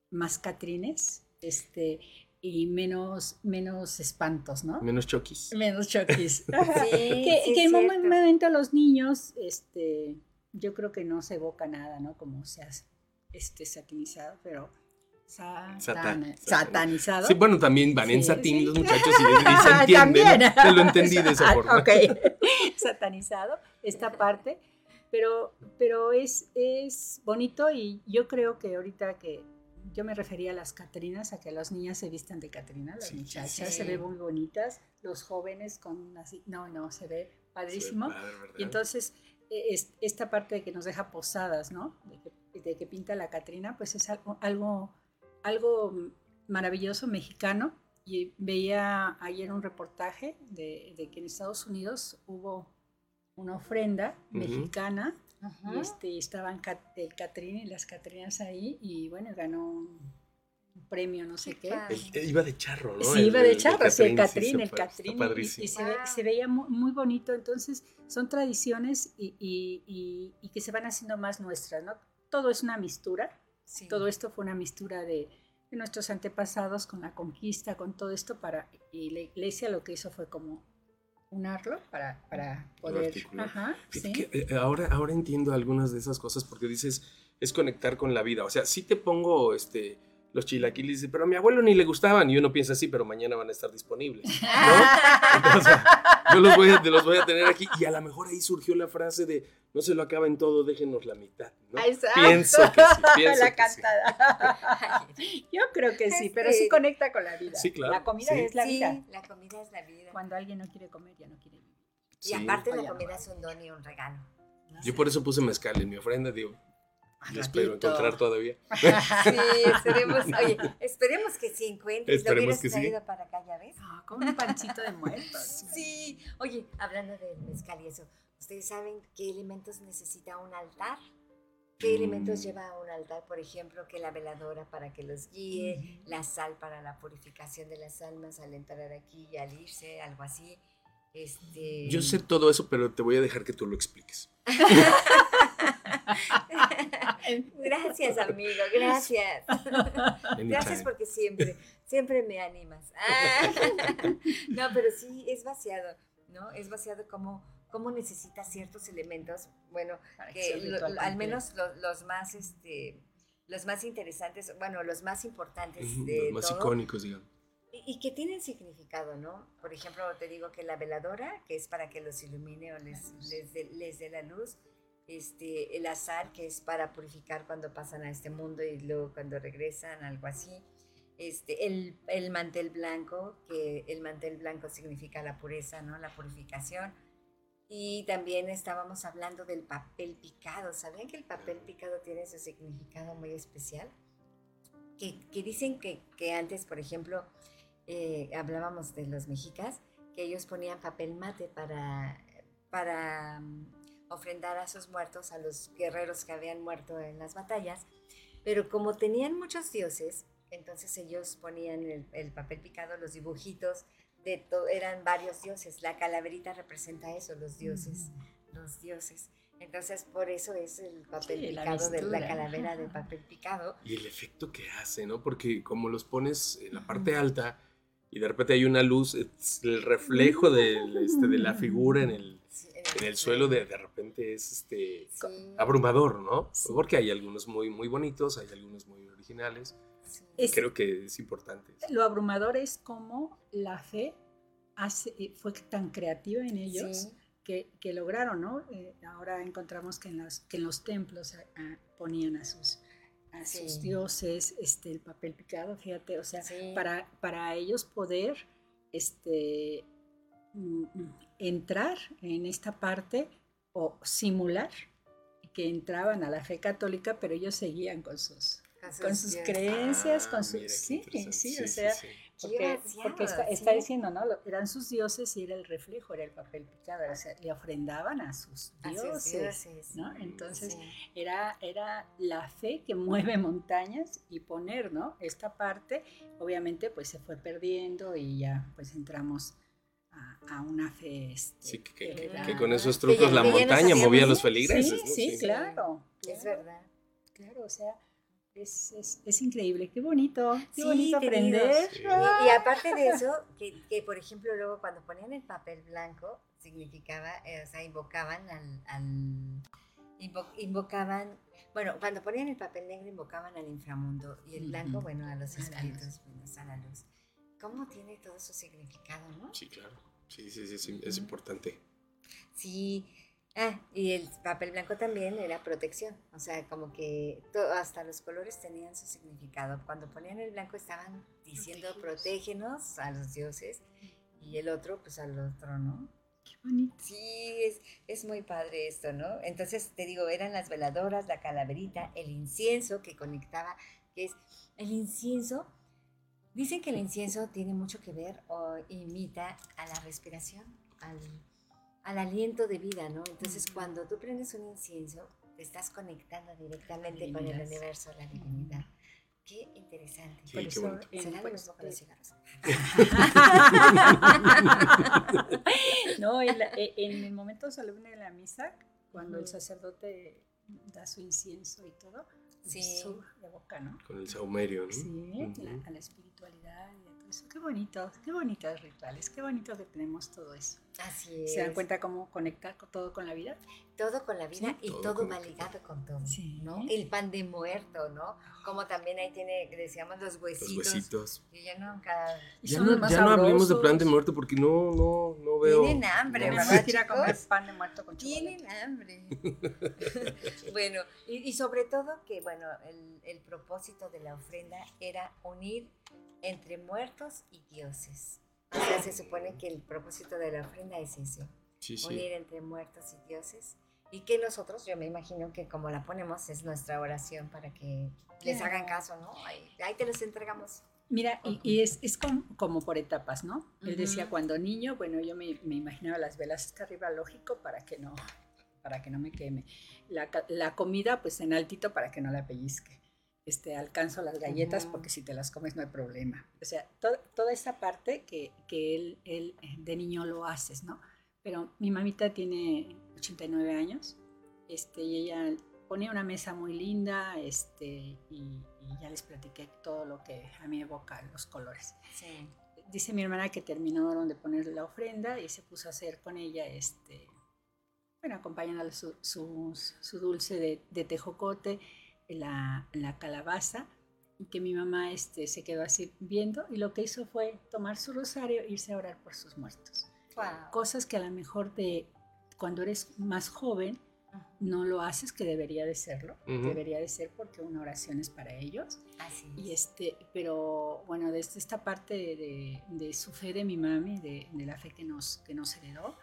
y menos espantos, ¿no? Menos choquis. Sí, que en un momento los niños, yo creo que no se evoca nada, ¿no? Como se hace satanizado, pero satanizado. Sí, bueno, también van en satín los muchachos y se entiende, ¿no? Te lo entendí de esa forma. Ok, satanizado, esta parte, pero es bonito, y yo creo que ahorita que yo me refería a las catrinas, a que las niñas se vistan de catrina, las muchachas se ven muy bonitas, los jóvenes con así, se ve padrísimo, y entonces esta parte de que nos deja posadas, ¿no? De que pinta la catrina, pues es algo maravilloso mexicano. Y veía ayer un reportaje de que en Estados Unidos hubo una ofrenda mexicana, y estaban el Catrín y las Catrinas ahí, y bueno, ganó un premio, no sé qué. Iba de charro, ¿no? Sí, iba de charro, el Catrín, y se veía muy, muy bonito. Entonces son tradiciones y que se van haciendo más nuestras, ¿no? Todo es una mistura, todo esto fue una mistura de nuestros antepasados con la conquista, con todo esto, y la iglesia lo que hizo fue como unarlo para poder... Ahora entiendo algunas de esas cosas, porque dices, es conectar con la vida. O sea, sí te pongo los chilaquiles, dice, pero a mi abuelo ni le gustaban. Y uno piensa así, pero mañana van a estar disponibles, ¿no? Entonces, yo los voy a tener aquí. Y a lo mejor ahí surgió la frase de, no se lo acaben todo, déjenos la mitad, ¿no? Exacto. Pienso que sí, pienso la que sí. cantada. Yo creo que sí, pero sí conecta con la vida. Sí, claro. La comida es la vida. Sí, la comida es la vida. Cuando alguien no quiere comer, ya no quiere vivir. Y Sí. aparte la comida es un don y un regalo. ¿no? Yo por eso puse mezcal en mi ofrenda, digo, yo espero encontrar todavía. Sí, esperemos que sí encuentres. Esperemos lo hubieras que sí. traído para acá, ¿ya ves? Ah, como un pancito de muertos. Sí. Oye, hablando del mezcal y eso, ¿ustedes saben qué elementos necesita un altar? ¿Qué elementos lleva un altar? Por ejemplo, que la veladora para que los guíe, la sal para la purificación de las almas al entrar aquí y al irse, algo así. Yo sé todo eso, pero te voy a dejar que tú lo expliques. Gracias, amigo, gracias. Gracias porque siempre me animas. No, pero sí, es vaciado, ¿no? Es vaciado como necesita ciertos elementos, bueno, que al menos los más interesantes, bueno, los más importantes de los más todo, icónicos, digamos. y que tienen significado, ¿no? Por ejemplo, te digo que la veladora, que es para que los ilumine o les dé la luz, el azar, que es para purificar cuando pasan a este mundo y luego cuando regresan, algo así. El mantel blanco, que el mantel blanco significa la pureza, ¿no? La purificación. Y también estábamos hablando del papel picado. ¿Sabían que el papel picado tiene su significado muy especial? Que dicen que antes, por ejemplo, hablábamos de los mexicas, que ellos ponían papel mate para ofrendar a sus muertos, a los guerreros que habían muerto en las batallas, pero como tenían muchos dioses, entonces ellos ponían el papel picado, los dibujitos, eran varios dioses. La calaverita representa eso, los dioses. Entonces, por eso es el papel picado de la calavera de papel picado. Y el efecto que hace, ¿no? Porque como los pones en la parte alta y de repente hay una luz, el reflejo de la figura en el suelo de repente es abrumador, ¿no? Sí. Porque hay algunos muy, muy bonitos, hay algunos muy originales. Sí. Creo que es importante. Lo abrumador es como la fe fue tan creativa en ellos. Sí. Que lograron, ¿no? Ahora encontramos que en los templos ponían a sus dioses el papel picado, fíjate, o sea, sí. para ellos poder entrar en esta parte o simular que entraban a la fe católica, pero ellos seguían con sus creencias, con sus... Sí, o sea... Porque está diciendo, ¿no? Eran sus dioses y era el reflejo, era el papel picado, o sea, le ofrendaban a sus dioses, ¿no? Entonces era la fe que mueve montañas y poner, ¿no? Esta parte, obviamente, pues se fue perdiendo y ya, pues entramos a una fe. Que con esos trucos la montaña movía a los feligreses, ¿no? Sí, claro. Es verdad. Claro, o sea... Es increíble, qué bonito aprender. Sí. Y aparte de eso, que por ejemplo luego cuando ponían el papel blanco, significaba, o sea, invocaban, bueno, cuando ponían el papel negro invocaban al inframundo y el blanco, bueno, a los espíritus, a la luz. ¿Cómo tiene todo su significado, no? Sí, claro, sí, es importante. Sí. Y el papel blanco también era protección, o sea, como que hasta los colores tenían su significado. Cuando ponían el blanco estaban diciendo protégenos a los dioses y el otro, pues al otro, ¿no? Qué bonito. Sí, es muy padre esto, ¿no? Entonces, te digo, eran las veladoras, la calaverita, el incienso que conectaba, que es el incienso. Dicen que el incienso tiene mucho que ver o imita a la respiración, al aliento de vida, ¿no? Entonces, cuando tú prendes un incienso, te estás conectando directamente con el universo, la divinidad. Qué interesante. Sí, qué bonito. ¿Será lo mismo con los cigarros? No, en el momento solemne de la misa, cuando el sacerdote da su incienso y todo, sí, de boca, ¿no? Con el saumerio, ¿no? Sí, a la espiritualidad y a todo. eso. Qué bonitos rituales, qué bonito que tenemos todo eso. Así es. ¿Se dan cuenta cómo conectar todo con la vida? Todo con la vida, Sí. y todo va ligado con todo, Sí. ¿no? El pan de muerto, ¿no? Como también ahí tiene, decíamos, los Los huesitos. huesitos. Y ya nunca Y Ya somos no, más ya no hablemos de sabrosos. plan de muerto porque no veo. tienen hambre, no. ¿verdad, Tenemos que ir a chicos? comer pan de muerto con chocolate. Tienen hambre. Bueno, y sobre todo que, bueno, el propósito de la ofrenda era unir entre muertos y dioses. O sea, se supone que el propósito de la ofrenda es ese, Sí, sí. unir entre muertos y dioses. Y que nosotros, yo me imagino que como la ponemos, es nuestra oración para que les Claro. hagan caso, ¿no? Ahí te los entregamos. Mira, y es como por etapas, ¿no? Él Ujú. decía, cuando niño, bueno, yo me imaginaba las velas hasta arriba, lógico, para que no me queme. La comida, pues en altito para que no la pellizque. Alcanzo las galletas Ujú. porque si te las comes no hay problema. O sea, toda esa parte que él de niño lo haces, ¿no? Pero mi mamita tiene 89 años, y ella ponía una mesa muy linda, y ya les platiqué todo lo que a mí evoca los colores. Sí. Dice mi hermana que terminaron de poner la ofrenda y se puso a hacer con ella, acompañándole su dulce de tejocote, la calabaza, y que mi mamá se quedó así viendo, y lo que hizo fue tomar su rosario e irse a orar por sus muertos. Wow. Cosas que a lo mejor cuando eres más joven no lo haces, que debería de serlo. Ujú. Debería de ser porque una oración es para ellos. Así Y es. pero bueno, desde esta parte de su fe de mi mami, de la fe que nos heredó,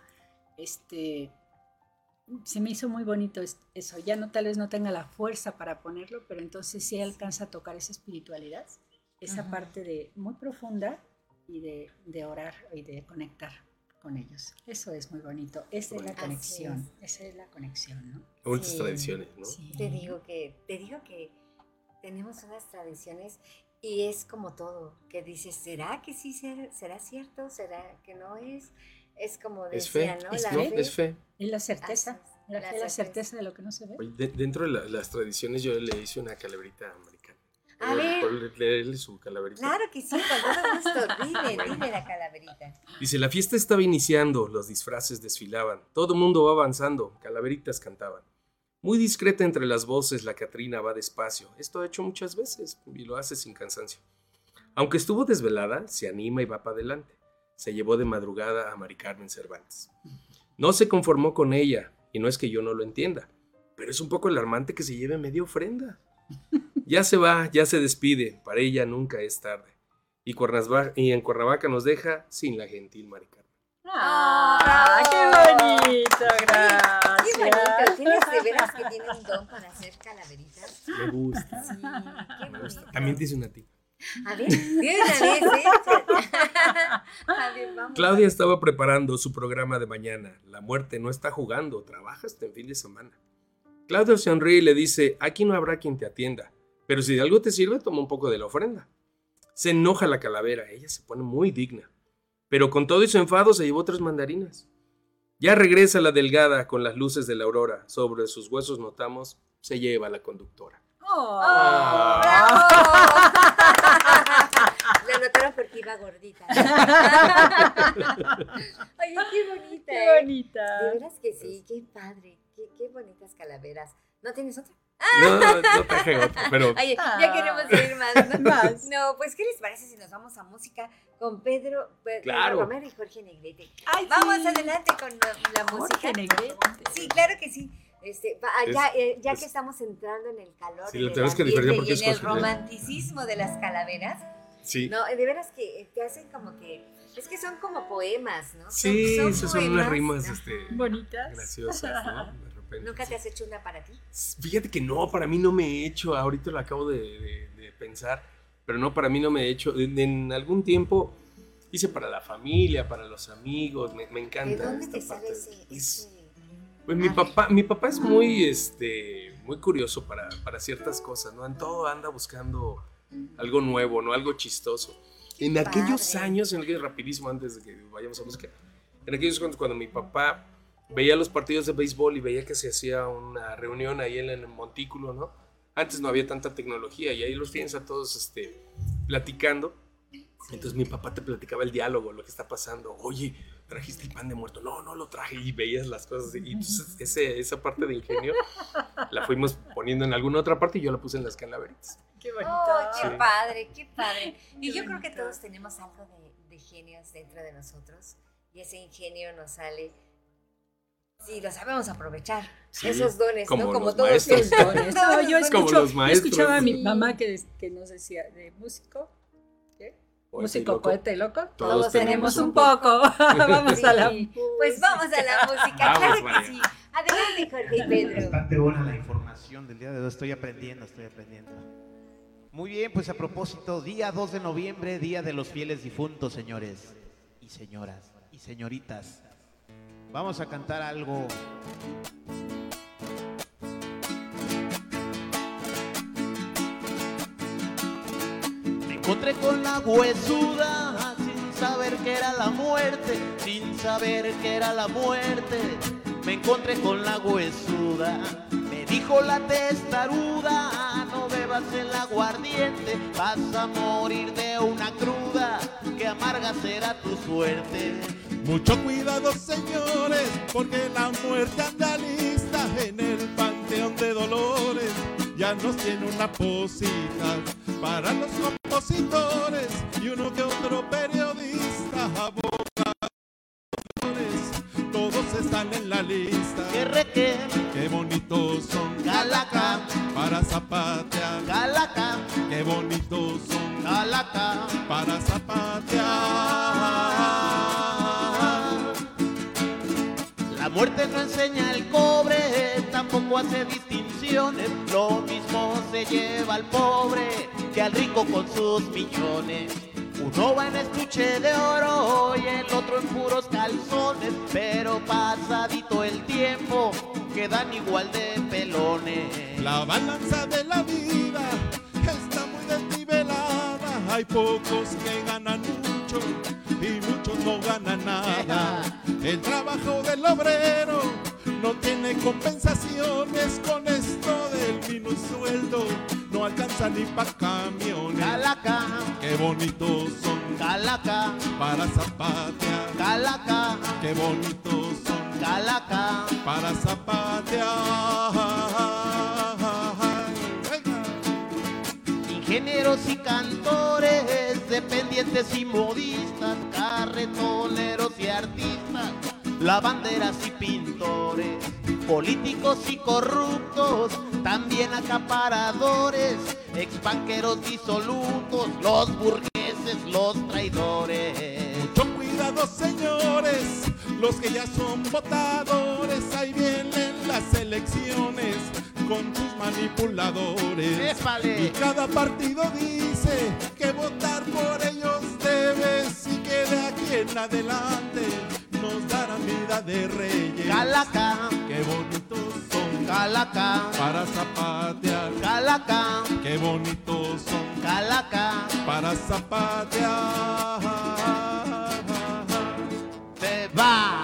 se me hizo muy bonito eso. Ya tal vez no tenga la fuerza para ponerlo, pero entonces sí alcanza a tocar esa espiritualidad, esa Ujú. parte muy profunda, y de orar y de conectar con ellos. Eso es muy bonito. Esa es la Así conexión. Esa es la conexión, ¿no? Bonitas Sí. tradiciones, ¿no? Sí. Te digo que tenemos unas tradiciones y es como todo, que dices, ¿será que sí será cierto? ¿Será que no es? Es como Es fe, decía, ¿no? es La fe. fe. Es fe. Es la certeza. Así es, La fe es la certeza de lo que no se ve. Oye, dentro de las tradiciones yo le hice una calaverita americana. A ver. Por leerle su calaverita. Claro que sí, con todo gusto. Dime la calaverita. Dice, la fiesta estaba iniciando, los disfraces desfilaban, todo el mundo va avanzando, calaveritas cantaban. Muy discreta entre las voces, la Catrina va despacio. Esto ha hecho muchas veces y lo hace sin cansancio. Aunque estuvo desvelada, se anima y va para adelante. Se llevó de madrugada a Mari Carmen Cervantes. No se conformó con ella, y no es que yo no lo entienda, pero es un poco alarmante que se lleve media ofrenda. Ya se va, ya se despide, para ella nunca es tarde. Y en Cuernavaca nos deja sin la gentil Mari Carmen. ¡Ah, qué bonito! Gracias. Qué bonito. Tienes de veras que tiene un don para hacer calaveritas. Me gusta, Sí, qué me gusta. bonito. También dice una tía. A ver, de una vez, A ver, vamos. Claudia estaba preparando su programa de mañana. La muerte no está jugando, trabaja hasta en fin de semana. Claudia sonríe y le dice, aquí no habrá quien te atienda, pero si de algo te sirve, toma un poco de la ofrenda. Se enoja la calavera, ella se pone muy digna, pero con todo y su enfado se llevó 3 mandarinas. Ya regresa la delgada con las luces de la aurora, sobre sus huesos notamos, se lleva la conductora. ¡Oh! ¡Bravo! La notaron porque iba gordita. Oye, qué bonita. ¡Qué De bonita! veras que sí, qué padre. Qué bonitas calaveras. ¿No tienes otra? No traje otro, pero Oye, ya queremos ir más, ¿no? Más. No, pues, ¿qué les parece si nos vamos a música con Pedro Claro. Romero y Jorge Negrete? Ay, Vamos sí. adelante con la música. Jorge Negrete. Sí, claro que sí. Ya que estamos entrando en el calor, Sí, en lo el tenemos que diferenciar ambiente porque y en es el Jorge. romanticismo de las calaveras, sí. no, de veras que te hacen como que, es que son como poemas, ¿no? Sí, esas son unas poemas. rimas Ajá. Bonitas. graciosas, ¿no? De repente. ¿Nunca sí. te has hecho una para ti? Fíjate que no, para mí no me he hecho, ahorita lo acabo de pensar, pero no, para mí no me he hecho. En algún tiempo hice para la familia, para los amigos, me encanta. ¿De dónde esta te sale parte. ese? Pues mi papá es muy, muy curioso para ciertas cosas, ¿no? En todo anda buscando algo nuevo, ¿no? Algo chistoso. En Qué aquellos padre. años, rapidísimo antes de que vayamos a música, en aquellos cuando mi papá veía los partidos de béisbol y veía que se hacía una reunión ahí en el montículo, ¿no? Antes no había tanta tecnología y ahí los tienes a todos platicando. Sí. Entonces mi papá te platicaba el diálogo, lo que está pasando. Oye, ¿trajiste el pan de muerto? No, no lo traje. Y veías las cosas. Y entonces esa parte de ingenio la fuimos poniendo en alguna otra parte y yo la puse en las Calaveritas. Qué bonito. Oh, qué padre, qué padre. Y Qué yo creo que bonito. todos tenemos algo de genios dentro de nosotros y ese ingenio nos sale si lo sabemos aprovechar. Sí, esos dones, como ¿no? Como los todos maestros. los Dones. No, yo Como los maestros. escuchaba a mi Sí. mamá que nos decía de músico. ¿Qué? Poeta y Músico, loco. poeta y loco. Todos tenemos un un poco. Vamos a la Sí. Pues vamos a la música, Vamos, claro que María. sí. Adelante, Jorge y Pedro. Bastante buena la información del día de hoy. Estoy aprendiendo. Muy bien, pues a propósito, día 2 de noviembre, día de los fieles difuntos, señores y señoras y señoritas. Vamos a cantar algo. Me encontré con la huesuda sin saber que era la muerte, sin saber que era la muerte. Me encontré con la huesuda, me dijo la testaruda, no bebas el aguardiente, vas a morir de una cruda, que amarga será tu suerte. Mucho cuidado, señores, porque la muerte anda lista en el panteón de Dolores. Ya nos tiene una posita para los compositores y uno que otro periodista, abogados, todos están en la lista. Qué bonitos son Calaca, para zapatear. Calaca, Qué bonitos son Calaca. para zapatear. La muerte no enseña el cobre, tampoco hace distinciones. Lo mismo se lleva al pobre que al rico con sus millones. Uno va en estuche de oro y el otro en puros calzones, pero pasadito el tiempo quedan igual de pelones. La balanza de la vida está muy desnivelada. Hay pocos que ganan mucho y muchos no ganan nada. El trabajo del obrero no tiene compensaciones. Con esto del minussueldo no alcanza ni pa' camiones. Calaca, Qué bonitos son Calaca, para zapatear. Calaca, Qué bonitos son Calaca. para zapatear. Venga. Ingenieros y cantores, dependientes y modistas, carretoneros y artistas, lavanderas y pintores, políticos y corruptos, también acaparadores, exbanqueros disolutos, los burgueses, los traidores. Mucho cuidado, señores, los que ya son votadores, ahí vienen las elecciones con sus manipuladores. ¡Épale! Y cada partido dice que votar por ellos debes y que de aquí en adelante nos darán vida de reyes. Calaca, Qué bonitos son Calaca, para zapatear. Calaca, Qué bonitos son Calaca. para zapatear. ¡Se va!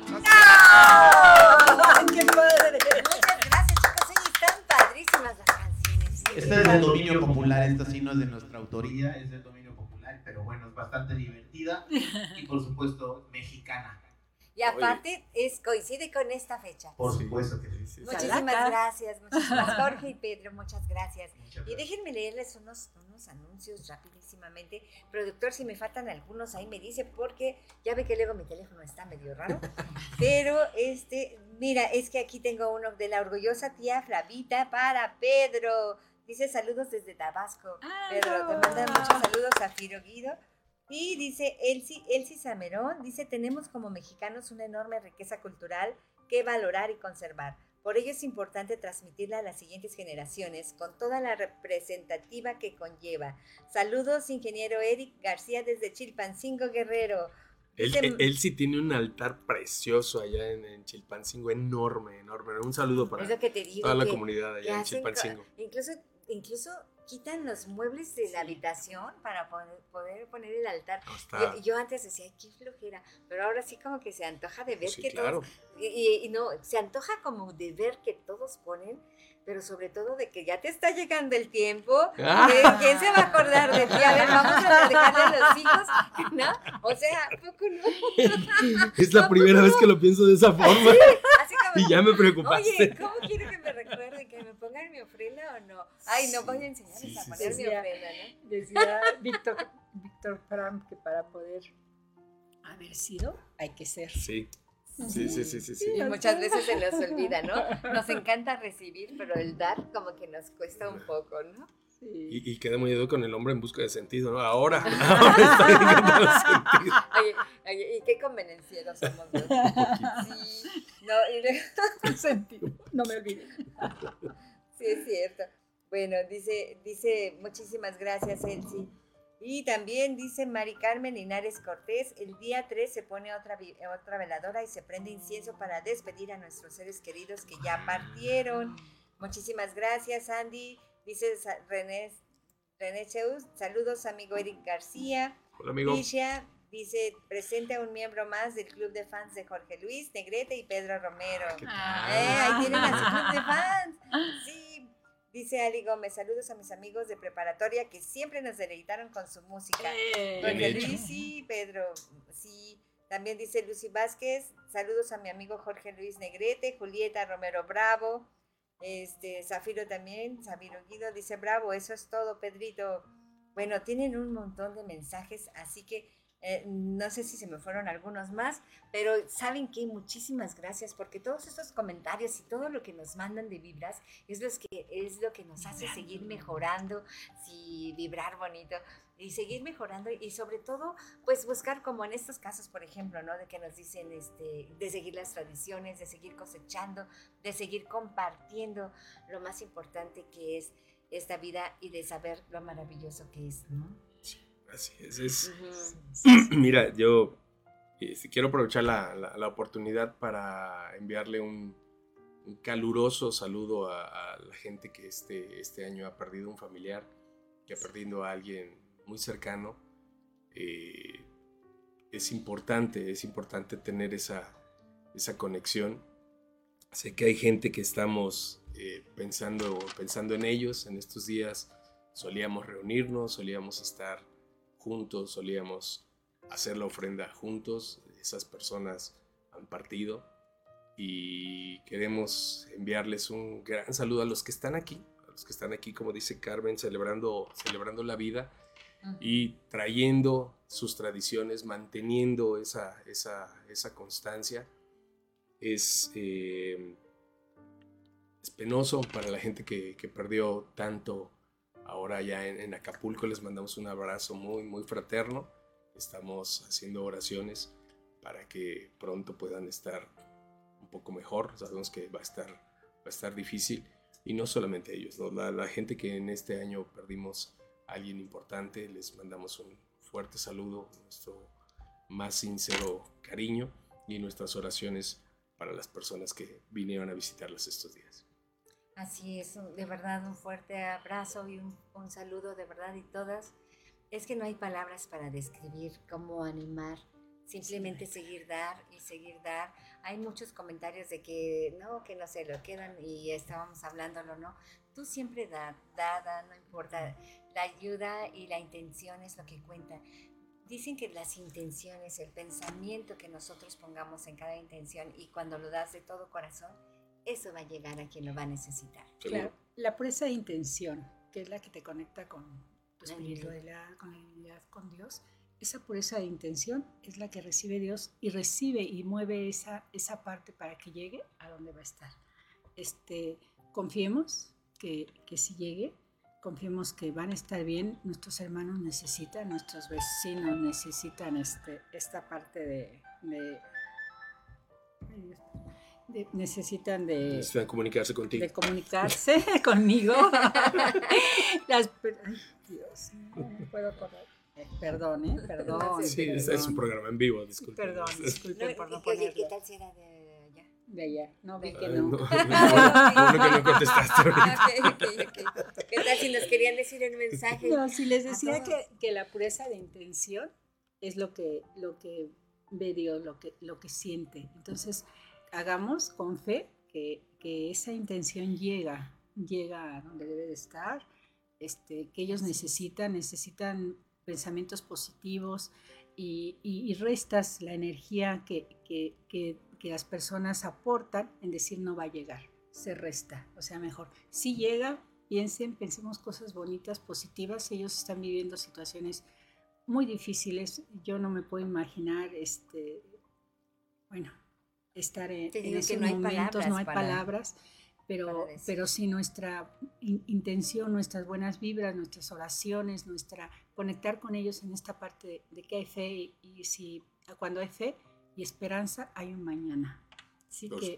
¡Qué padre! Muchas gracias, chicos. Oye, están padrísimas las canciones. Este es del dominio popular, esta sí no es de nuestra autoría, es del dominio popular, pero bueno, es bastante divertida y por supuesto mexicana. Y aparte, coincide con esta fecha. Por Sí. supuesto que sí. Muchísimas gracias, muchísimas Jorge y Pedro, muchas gracias. Muchas Y gracias. déjenme leerles unos anuncios rapidísimamente. Productor, si me faltan algunos ahí me dice, porque ya ve que luego mi teléfono está medio raro. Pero mira, es que aquí tengo uno de la orgullosa tía Flavita para Pedro. Dice saludos desde Tabasco. Pedro, te mandan muchos saludos a Firo Guido. Y dice Elsie Samerón, dice, tenemos como mexicanos una enorme riqueza cultural que valorar y conservar. Por ello es importante transmitirla a las siguientes generaciones con toda la representativa que conlleva. Saludos, ingeniero Eric García desde Chilpancingo, Guerrero. Él sí tiene un altar precioso allá en Chilpancingo, enorme, enorme. Un saludo para Es lo que te digo, toda la que- comunidad que allá en hacen Chilpancingo. incluso quitan los muebles de la habitación para poder poner el altar. Yo antes decía, qué flojera, pero ahora sí como que se antoja de ver que todos, y no, se antoja como de ver que todos ponen, pero sobre todo de que ya te está llegando el tiempo, ¿quién se va a acordar de ti? A ver, vamos a dejarle a los hijos, ¿no? O sea, poco no. Es la primera vez que lo pienso de esa forma. Sí, así como, y ya me preocupaste. Oye, ¿cómo quiero que me recuerden que me pongan mi ofrenda o no? Ay, no voy a enseñarles a poner mi ofrenda, ¿no? Decía Víctor Frank que para poder haber sido, hay que ser. Sí. Sí. Y muchas veces se nos olvida, ¿no? Nos encanta recibir, pero el dar como que nos cuesta un poco, ¿no? Sí. Y queda muy dedo con el hombre en busca de sentido, ¿no? Ahora estoy encontrando sentido. Oye, ¿y qué convenencieros somos? ¿No? Sí, no, sentido, no me olvides. Sí, es cierto. Bueno, dice muchísimas gracias, Elsie. Y también dice Mari Carmen Linares Cortés, el día 3 se pone otra veladora y se prende incienso para despedir a nuestros seres queridos que ya partieron. Muchísimas gracias, Andy. Dice René Cheus, saludos amigo Eric García. Hola, amigo. Tisha dice, presente a un miembro más del club de fans de Jorge Luis Negrete y Pedro Romero. Ahí tienen a su club de fans. Sí. Dice Ali Gómez, saludos a mis amigos de preparatoria que siempre nos deleitaron con su música. Jorge Luis, sí, Pedro, sí. También dice Lucy Vázquez, saludos a mi amigo Jorge Luis Negrete, Julieta Romero Bravo, Zafiro también, Zafiro Guido dice, bravo, eso es todo, Pedrito. Bueno, tienen un montón de mensajes, así que no sé si se me fueron algunos más, pero saben que muchísimas gracias porque todos estos comentarios y todo lo que nos mandan de vibras es lo que nos hace seguir mejorando, vibrar bonito y seguir mejorando y sobre todo pues buscar como en estos casos por ejemplo, ¿no? De que nos dicen de seguir las tradiciones, de seguir cosechando, de seguir compartiendo lo más importante que es esta vida y de saber lo maravilloso que es, ¿no? Así es. Mira, yo quiero aprovechar la oportunidad para enviarle un caluroso saludo a la gente que este año ha perdido un familiar, que ha perdido a alguien muy cercano. Es importante tener esa conexión. Sé que hay gente que estamos pensando en ellos. En estos días solíamos reunirnos, solíamos estar juntos, solíamos hacer la ofrenda juntos. Esas personas han partido y queremos enviarles un gran saludo a los que están aquí, como dice Carmen, celebrando la vida y trayendo sus tradiciones, manteniendo esa constancia. Es penoso para la gente que perdió tanto. Ahora ya en Acapulco les mandamos un abrazo muy, muy fraterno. Estamos haciendo oraciones para que pronto puedan estar un poco mejor. Sabemos que va a estar difícil. Y no solamente ellos, ¿no? La gente que en este año perdimos a alguien importante, les mandamos un fuerte saludo, nuestro más sincero cariño y nuestras oraciones para las personas que vinieron a visitarlas estos días. Así es, de verdad un fuerte abrazo y un saludo de verdad y todas. Es que no hay palabras para describir cómo animar, simplemente seguir dar. Hay muchos comentarios de que no se lo quedan y estábamos hablándolo, ¿no? Tú siempre da, no importa, la ayuda y la intención es lo que cuenta. Dicen que las intenciones, el pensamiento que nosotros pongamos en cada intención y cuando lo das de todo corazón, eso va a llegar a quien lo va a necesitar. Claro, la pureza de intención, que es la que te conecta con tu espiritualidad, con la divinidad, con Dios, esa pureza de intención es la que recibe Dios y recibe y mueve esa parte para que llegue a donde va a estar. Confiemos que si llegue, confiemos que van a estar bien, nuestros hermanos nuestros vecinos necesitan esta parte necesitan comunicarse contigo. De comunicarse conmigo. Ay, Dios, no me puedo acordar. Perdón. Sí, es un programa en vivo, disculpen. Disculpen por no ponerlo. ¿Qué tal si era de allá? De allá, no vi que no. Bueno que no contestaste. Okay. ¿Qué tal si nos querían decir el mensaje. No, si les decía todos. que la pureza de intención es lo que ve Dios, lo que siente. Entonces, hagamos con fe que esa intención llega a donde debe de estar, que ellos necesitan pensamientos positivos y restas la energía que las personas aportan en decir no va a llegar, se resta, o sea, mejor. Si llega, pensemos cosas bonitas, positivas. Ellos están viviendo situaciones muy difíciles. Yo no me puedo imaginar, estar en esos momentos, no hay palabras, pero sí nuestra intención, nuestras buenas vibras, nuestras oraciones, conectar con ellos en esta parte de que hay fe y si cuando hay fe y esperanza hay un mañana. Así que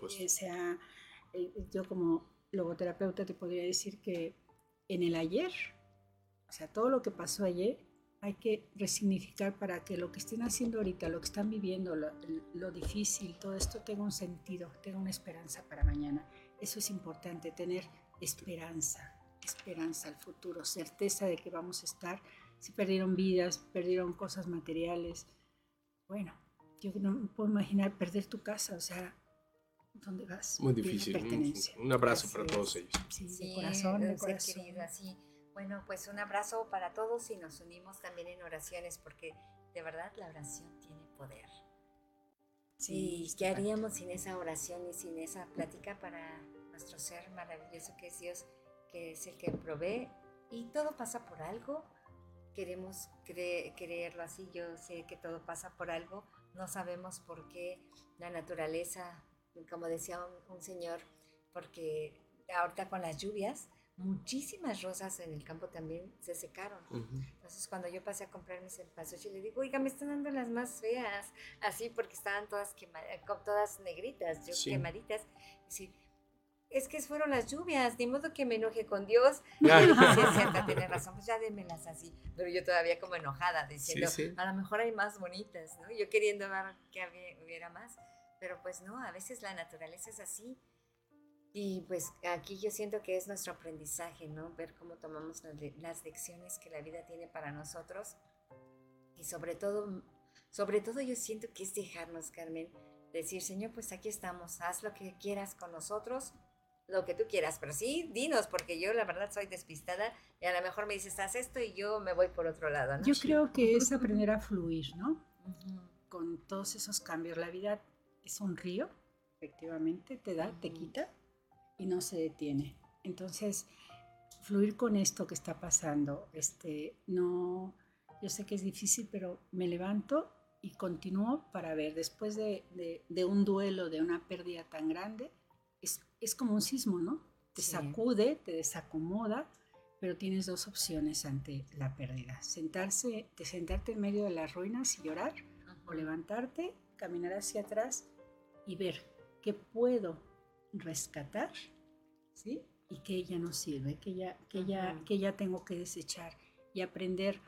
yo como logoterapeuta te podría decir que en el ayer, o sea, todo lo que pasó ayer, hay que resignificar para que lo que estén haciendo ahorita, lo que están viviendo, lo difícil, todo esto tenga un sentido, tenga una esperanza para mañana. Eso es importante, tener esperanza al futuro, certeza de que vamos a estar. Si perdieron vidas, perdieron cosas materiales, bueno, yo no me puedo imaginar perder tu casa, o sea, ¿dónde vas? Muy difícil. Un abrazo para todos ellos. Sí, de corazón. Querida, sí. Bueno, pues un abrazo para todos y nos unimos también en oraciones porque de verdad la oración tiene poder. Sí, ¿qué haríamos sin esa oración y sin esa plática para nuestro ser maravilloso que es Dios, que es el que provee? Y todo pasa por algo. Queremos creerlo así. Yo sé que todo pasa por algo. No sabemos por qué la naturaleza, como decía un señor, porque ahorita con las lluvias, muchísimas rosas en el campo también se secaron. Entonces cuando yo pasé a comprar mis cempasúchil le digo, oiga, me están dando las más feas, así porque estaban todas todas negritas, quemaditas. Sí, es que fueron las lluvias, ni modo que me enoje con Dios. Sí, es cierto, tiene razón, pues ya démelas así. Pero yo todavía como enojada, diciendo, a lo mejor hay más bonitas, ¿no? Yo queriendo ver que hubiera más, pero pues no, a veces la naturaleza es así. Y pues aquí yo siento que es nuestro aprendizaje, ¿no? Ver cómo tomamos las lecciones que la vida tiene para nosotros. Y sobre todo yo siento que es dejarnos, Carmen, decir, Señor, pues aquí estamos, haz lo que quieras con nosotros, lo que tú quieras, pero sí, dinos, porque yo la verdad soy despistada y a lo mejor me dices, haz esto y yo me voy por otro lado, ¿no? Yo creo que es aprender a fluir, ¿no? Con todos esos cambios. La vida es un río, efectivamente, te da, te quita, y no se detiene. Entonces, fluir con esto que está pasando, no, yo sé que es difícil, pero me levanto y continúo para ver, después de un duelo, de una pérdida tan grande, es como un sismo, ¿no? Te sacude, te desacomoda, pero tienes dos opciones ante la pérdida: sentarte en medio de las ruinas y llorar, o levantarte, caminar hacia atrás y ver qué puedo rescatar, ¿sí? Y que ya no sirve, que ya tengo que desechar, y aprender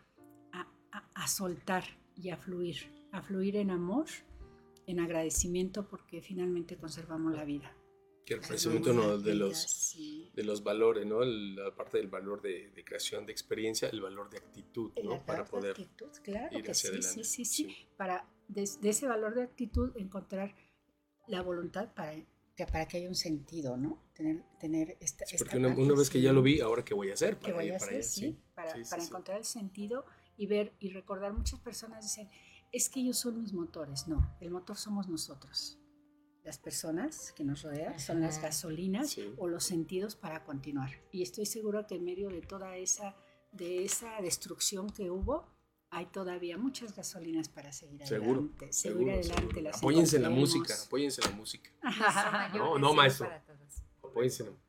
a soltar y a fluir en amor, en agradecimiento, porque finalmente conservamos la vida. Que el crecimiento de los valores, ¿no? La parte del valor de creación, de experiencia, el valor de actitud, ¿no? Para poder ir hacia adelante. Sí. Para de ese valor de actitud encontrar la voluntad para que haya un sentido, ¿no? Tener esta porque una vez que ya lo vi, ¿ahora qué voy a hacer? Para encontrar el sentido y ver y recordar. Muchas personas dicen, es que ellos son mis motores. No, el motor somos nosotros. Las personas que nos rodean son las gasolinas o los sentidos para continuar. Y estoy segura que en medio de toda esa destrucción que hubo, hay todavía muchas gasolinas para seguir adelante. Seguir adelante. Las apóyense en la música, No, maestro. Apóyense en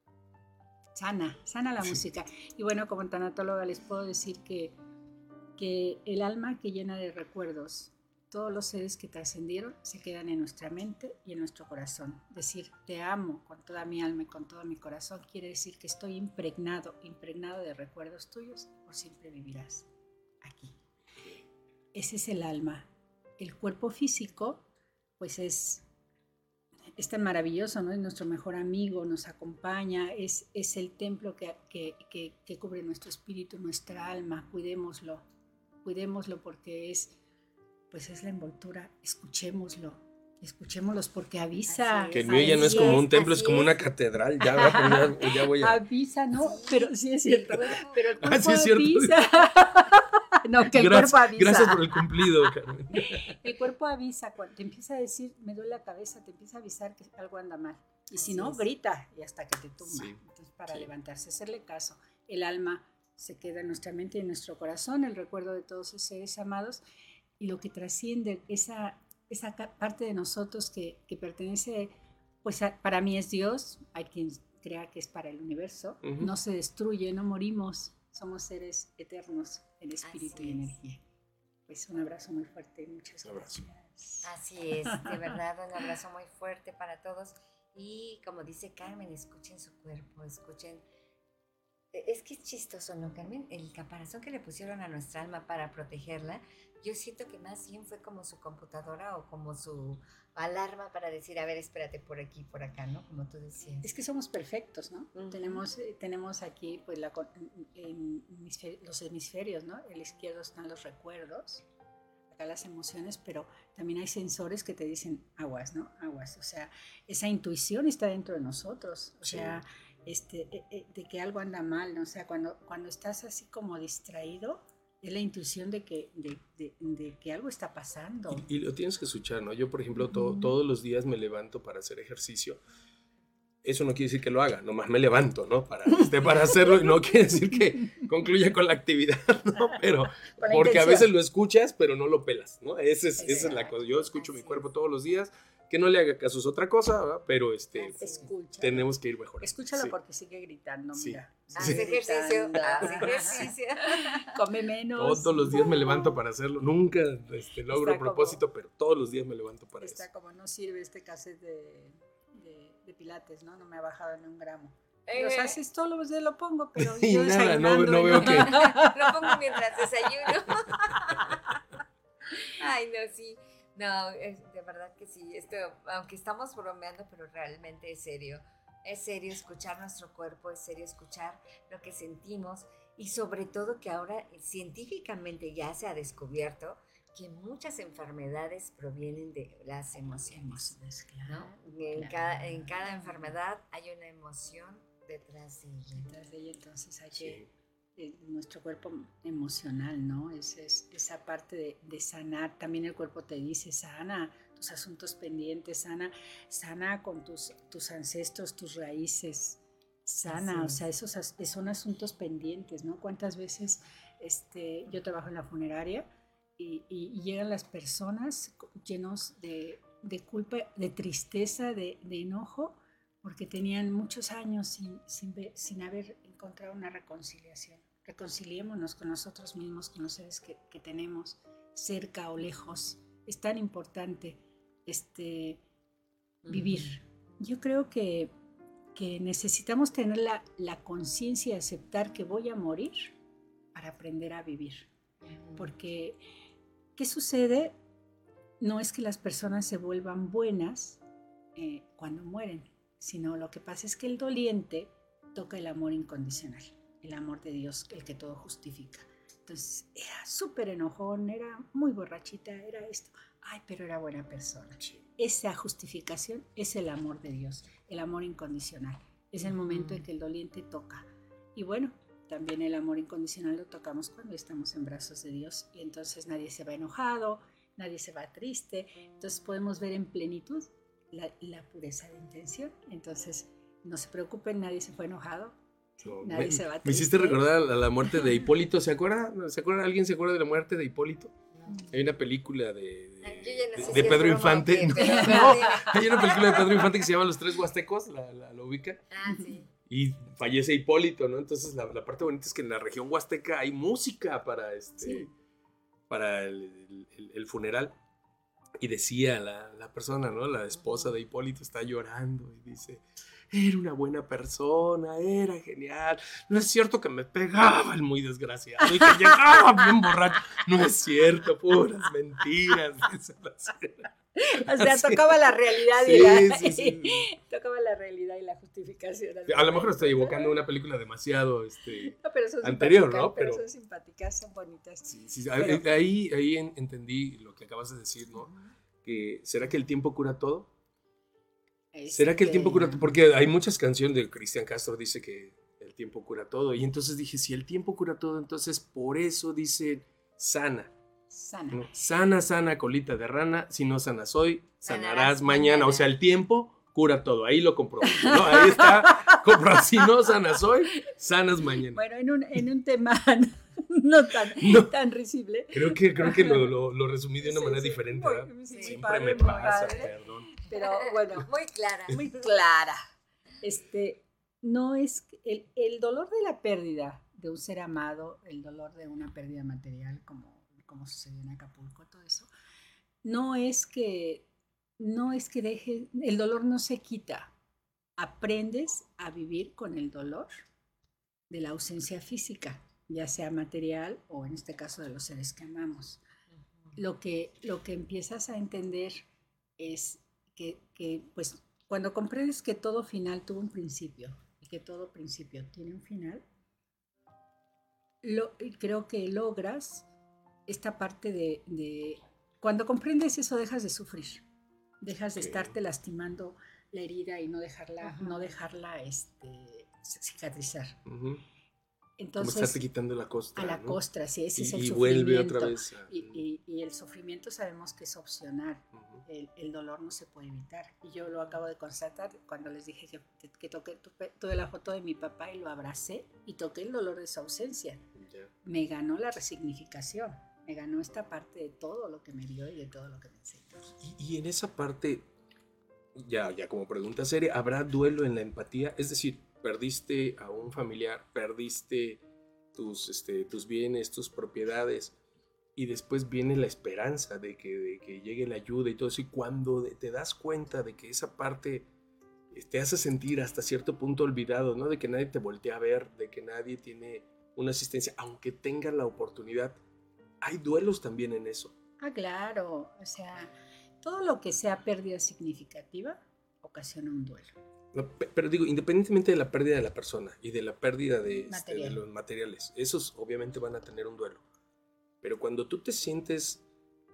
Sana la música. Y bueno, como tanatóloga les puedo decir que el alma que llena de recuerdos, todos los seres que trascendieron se quedan en nuestra mente y en nuestro corazón. Decir te amo con toda mi alma y con todo mi corazón quiere decir que estoy impregnado de recuerdos tuyos, por siempre vivirás aquí. Ese es el alma. El cuerpo físico, pues es es tan maravilloso, ¿no? Es nuestro mejor amigo, nos acompaña, es el templo que cubre nuestro espíritu, nuestra alma. Cuidémoslo porque es la envoltura. Escuchémoslos porque avisa. Que el mío ya no es como un templo, es como una catedral. Ya voy a... Avisa, ¿no? Pero sí es cierto. Pero el cuerpo sí es cierto. avisa. No, que el cuerpo avisa. Gracias por el cumplido, Carmen. El cuerpo avisa, cuando te empieza a decir, me duele la cabeza, te empieza a avisar que algo anda mal. Y si no, grita y hasta que te tumba. Sí. Entonces, para levantarse, hacerle caso. El alma se queda en nuestra mente y en nuestro corazón, el recuerdo de todos esos seres amados, y lo que trasciende, esa parte de nosotros que pertenece, pues para mí es Dios, hay quien crea que es para el universo, no se destruye, no morimos, somos seres eternos en espíritu y energía. Pues un abrazo muy fuerte, muchas gracias. Así es, de verdad, un abrazo muy fuerte para todos. Y como dice Carmen, escuchen su cuerpo, escuchen. Es que es chistoso, ¿no, Carmen? El caparazón que le pusieron a nuestra alma para protegerla, yo siento que más bien fue como su computadora o como su alarma para decir, a ver, espérate por aquí, por acá, ¿no? Como tú decías. Es que somos perfectos, ¿no? Tenemos aquí pues los hemisferios, ¿no? El izquierdo están los recuerdos, acá las emociones, pero también hay sensores que te dicen aguas, ¿no? Aguas, o sea, esa intuición está dentro de nosotros, o sea, de que algo anda mal, ¿no? O sea, cuando estás así como distraído, es la intuición de que algo está pasando. Y lo tienes que escuchar, ¿no? Yo, por ejemplo, todos los días me levanto para hacer ejercicio. Eso no quiere decir que lo haga, nomás me levanto, ¿no? Para hacerlo, y no quiere decir que concluya con la actividad, ¿no? Pero porque a veces lo escuchas, pero no lo pelas, ¿no? Esa es la cosa. Yo escucho mi cuerpo todos los días. Que no le haga caso es otra cosa, ¿verdad? Pero tenemos que ir mejor. Escúchalo porque sigue gritando, mira. Haz ejercicio. Come menos. Todos los días me levanto para hacerlo. Nunca logro propósito, pero todos los días me levanto para eso. Está como no sirve este cassette de pilates, ¿no? No me ha bajado ni un gramo. Los haces todos los días, lo pongo, pero y yo nada, no veo que... Lo pongo mientras desayuno. Ay, no, sí. No, de verdad que sí, esto, aunque estamos bromeando, pero realmente es serio escuchar nuestro cuerpo, es serio escuchar lo que sentimos y sobre todo que ahora científicamente ya se ha descubierto que muchas enfermedades provienen de las emociones, ¿no? En cada enfermedad hay una emoción detrás de ella. Entonces hay que... nuestro cuerpo emocional, ¿no? Es esa parte de sanar. También el cuerpo te dice, sana tus asuntos pendientes, sana con tus ancestros, tus raíces, sana, o sea, esos son asuntos pendientes, ¿no? ¿Cuántas veces yo trabajo en la funeraria y llegan las personas llenos de culpa, de tristeza, de enojo, porque tenían muchos años sin haber encontrado una reconciliación. Reconciliémonos con nosotros mismos, con los seres que tenemos cerca o lejos. Es tan importante vivir. Yo creo que necesitamos tener la conciencia de aceptar que voy a morir para aprender a vivir. Porque, ¿qué sucede? No es que las personas se vuelvan buenas cuando mueren, sino lo que pasa es que el doliente toca el amor incondicional, el amor de Dios, el que todo justifica. Entonces era súper enojón, era muy borrachita, era esto, pero era buena persona. Sí. Esa justificación es el amor de Dios, el amor incondicional. Es el momento en que el doliente toca. Y bueno, también el amor incondicional lo tocamos cuando estamos en brazos de Dios y entonces nadie se va enojado, nadie se va triste. Entonces podemos ver en plenitud la pureza de intención. Entonces no se preocupen, nadie se fue enojado, nadie se va triste. Me hiciste recordar a la muerte de Hipólito. ¿Se acuerda? ¿Alguien se acuerda de la muerte de Hipólito? Hay una película de Pedro Infante. Hay una película de Pedro Infante que se llama Los Tres Huastecos, ¿la ubica? Sí. Y fallece Hipólito, ¿no? Entonces la parte bonita es que en la región huasteca hay música para para el funeral. Y decía la persona, ¿no? La esposa de Hipólito está llorando y dice: era una buena persona, era genial. No es cierto que me pegaba el muy desgraciado y que llegaba bien borracho. No es cierto, puras mentiras. O sea, Así. tocaba la realidad Sí. tocaba la realidad y la justificación. A lo mejor estoy evocando una película demasiado No, pero son anterior, simpáticas, ¿no? Pero son simpáticas, son bonitas. Sí, Pero- ahí entendí lo que acabas de decir, ¿no? Que ¿será que el tiempo cura todo? ¿Será que el tiempo cura todo? Porque hay muchas canciones de Cristian Castro, dice que el tiempo cura todo. Y entonces dije, si el tiempo cura todo, entonces por eso dice sana. Sana. ¿No? Sana, colita de rana. Si no sanas hoy, sanarás Sanarás mañana. mañana. O sea, el tiempo cura todo. Ahí lo comprobé, ¿no? Ahí está. Si no sanas hoy, sanas mañana. Bueno, en un tema no tan risible. Creo que lo resumí de una Sí, manera sí, diferente, muy- ¿verdad? sí, Siempre padre, me muy pasa, padre. perdón. Pero bueno, Muy clara. muy clara. No es el dolor de la pérdida de un ser amado, el dolor de una pérdida material, como sucedió en Acapulco, todo eso, no es que deje, el dolor no se quita. Aprendes a vivir con el dolor de la ausencia física, ya sea material o en este caso de los seres que amamos. Lo que empiezas a entender es que pues cuando comprendes que todo final tuvo un principio y que todo principio tiene un final, creo que logras esta parte de cuando comprendes eso dejas de sufrir, dejas de estarte lastimando la herida y no dejarla cicatrizar. Ujú. Entonces, Como estarte quitando la costra. a la ¿no? costra, sí, ese es el Y sufrimiento. vuelve otra vez. Y el sufrimiento sabemos que es opcional. Ujú. El dolor no se puede evitar. Y yo lo acabo de constatar cuando les dije que tuve la foto de mi papá y lo abracé y toqué el dolor de su ausencia. Ya. Me ganó la resignificación, me ganó esta parte de todo lo que me dio y de todo lo que me enseñó. Y en esa parte, ya como pregunta seria, ¿habrá duelo en la empatía? Es decir, perdiste a un familiar, perdiste tus bienes, tus propiedades, y después viene la esperanza de que llegue la ayuda y todo eso, y cuando te das cuenta de que esa parte te hace sentir hasta cierto punto olvidado, ¿no? De que nadie te voltea a ver, de que nadie tiene una asistencia, aunque tenga la oportunidad, hay duelos también en eso. Ah, claro, o sea, todo lo que sea pérdida significativa ocasiona un duelo. No, pero digo, independientemente de la pérdida de la persona y de la pérdida de Material. los materiales, esos obviamente van a tener un duelo. Pero cuando tú te sientes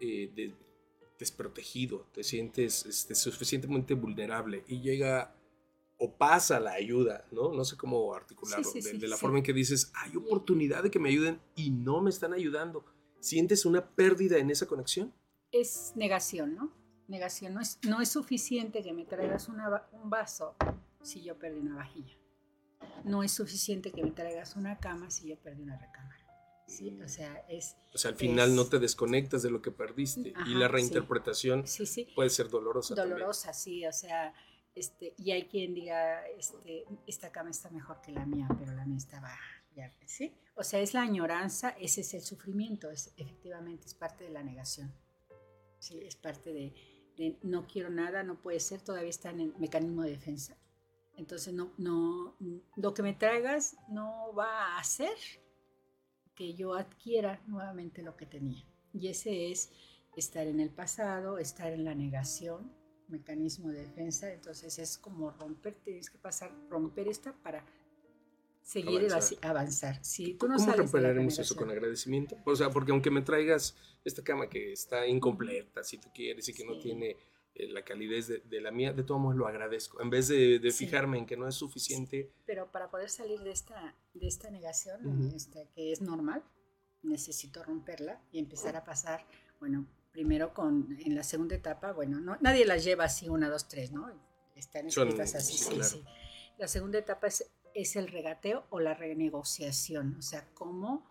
desprotegido, te sientes suficientemente vulnerable y llega o pasa la ayuda, ¿no? No sé cómo articularlo, Sí, de la sí. forma en que dices, hay oportunidad de que me ayuden y no me están ayudando. ¿Sientes una pérdida en esa conexión? Es negación, ¿no? Negación. No es suficiente que me traigas un vaso si yo perdí una vajilla. No es suficiente que me traigas una cama si yo perdí una recámara. ¿Sí? O sea, O sea, al final no te desconectas de lo que perdiste. Ajá, y la reinterpretación sí. puede ser dolorosa también. Dolorosa, sí, o sea, y hay quien diga, esta cama está mejor que la mía, pero la mía estaba, ya, ¿sí? O sea, es la añoranza, ese es el sufrimiento, efectivamente, es parte de la negación, ¿sí? Es parte de no quiero nada, no puede ser, todavía está en el mecanismo de defensa. Entonces, no, lo que me traigas no va a hacer que yo adquiera nuevamente lo que tenía. Y ese es estar en el pasado, estar en la negación, mecanismo de defensa. Entonces es como tienes que romper esta para seguir avanzar. Si tú no ¿Cómo sales de la repararemos eso negación, con agradecimiento? O sea, porque aunque me traigas esta cama que está incompleta, si tú quieres, y que no tiene la calidez de la mía, de todos modos lo agradezco. En vez de fijarme en que no es suficiente. Pero para poder salir de esta negación, Uh-huh. Que es normal, necesito romperla y empezar a pasar, bueno, primero en la segunda etapa, bueno, nadie las lleva así 1, 2, 3, ¿no? Están escritas así, sí, sí, claro. sí. La segunda etapa es el regateo o la renegociación, o sea, cómo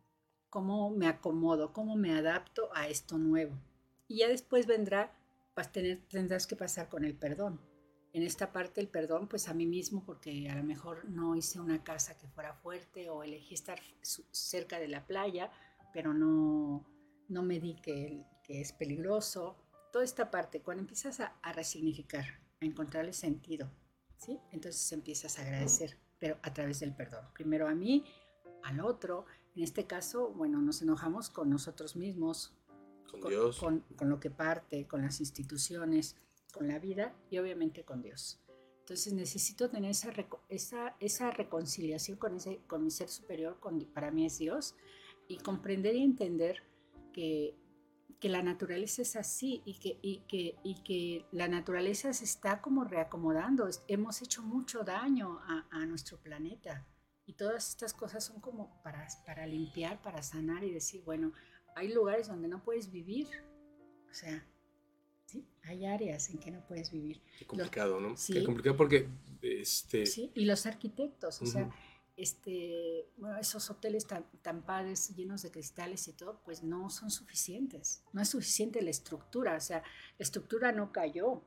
me acomodo, cómo me adapto a esto nuevo. Y ya después tendrás que pasar con el perdón. En esta parte el perdón, pues a mí mismo, porque a lo mejor no hice una casa que fuera fuerte o elegí estar cerca de la playa, pero no me di que es peligroso. Toda esta parte, cuando empiezas a resignificar, a encontrarle sentido ¿sí? Entonces empiezas a agradecer, pero a través del perdón. Primero a mí, al otro. En este caso, bueno, nos enojamos con nosotros mismos, Con Dios. con lo que parte, con las instituciones, con la vida y obviamente con Dios. Entonces necesito tener esa reconciliación con mi ser superior, para mí es Dios, y comprender y entender que la naturaleza es así y que la naturaleza se está como reacomodando. Hemos hecho mucho daño a nuestro planeta y todas estas cosas son como para limpiar, para sanar y decir, bueno, hay lugares donde no puedes vivir, o sea, ¿sí? Hay áreas en que no puedes vivir. Qué complicado, ¿no? Sí. Qué complicado porque... Sí, y los arquitectos, o sea, bueno, esos hoteles tan padres, llenos de cristales y todo, pues no son suficientes. No es suficiente la estructura, o sea, la estructura no cayó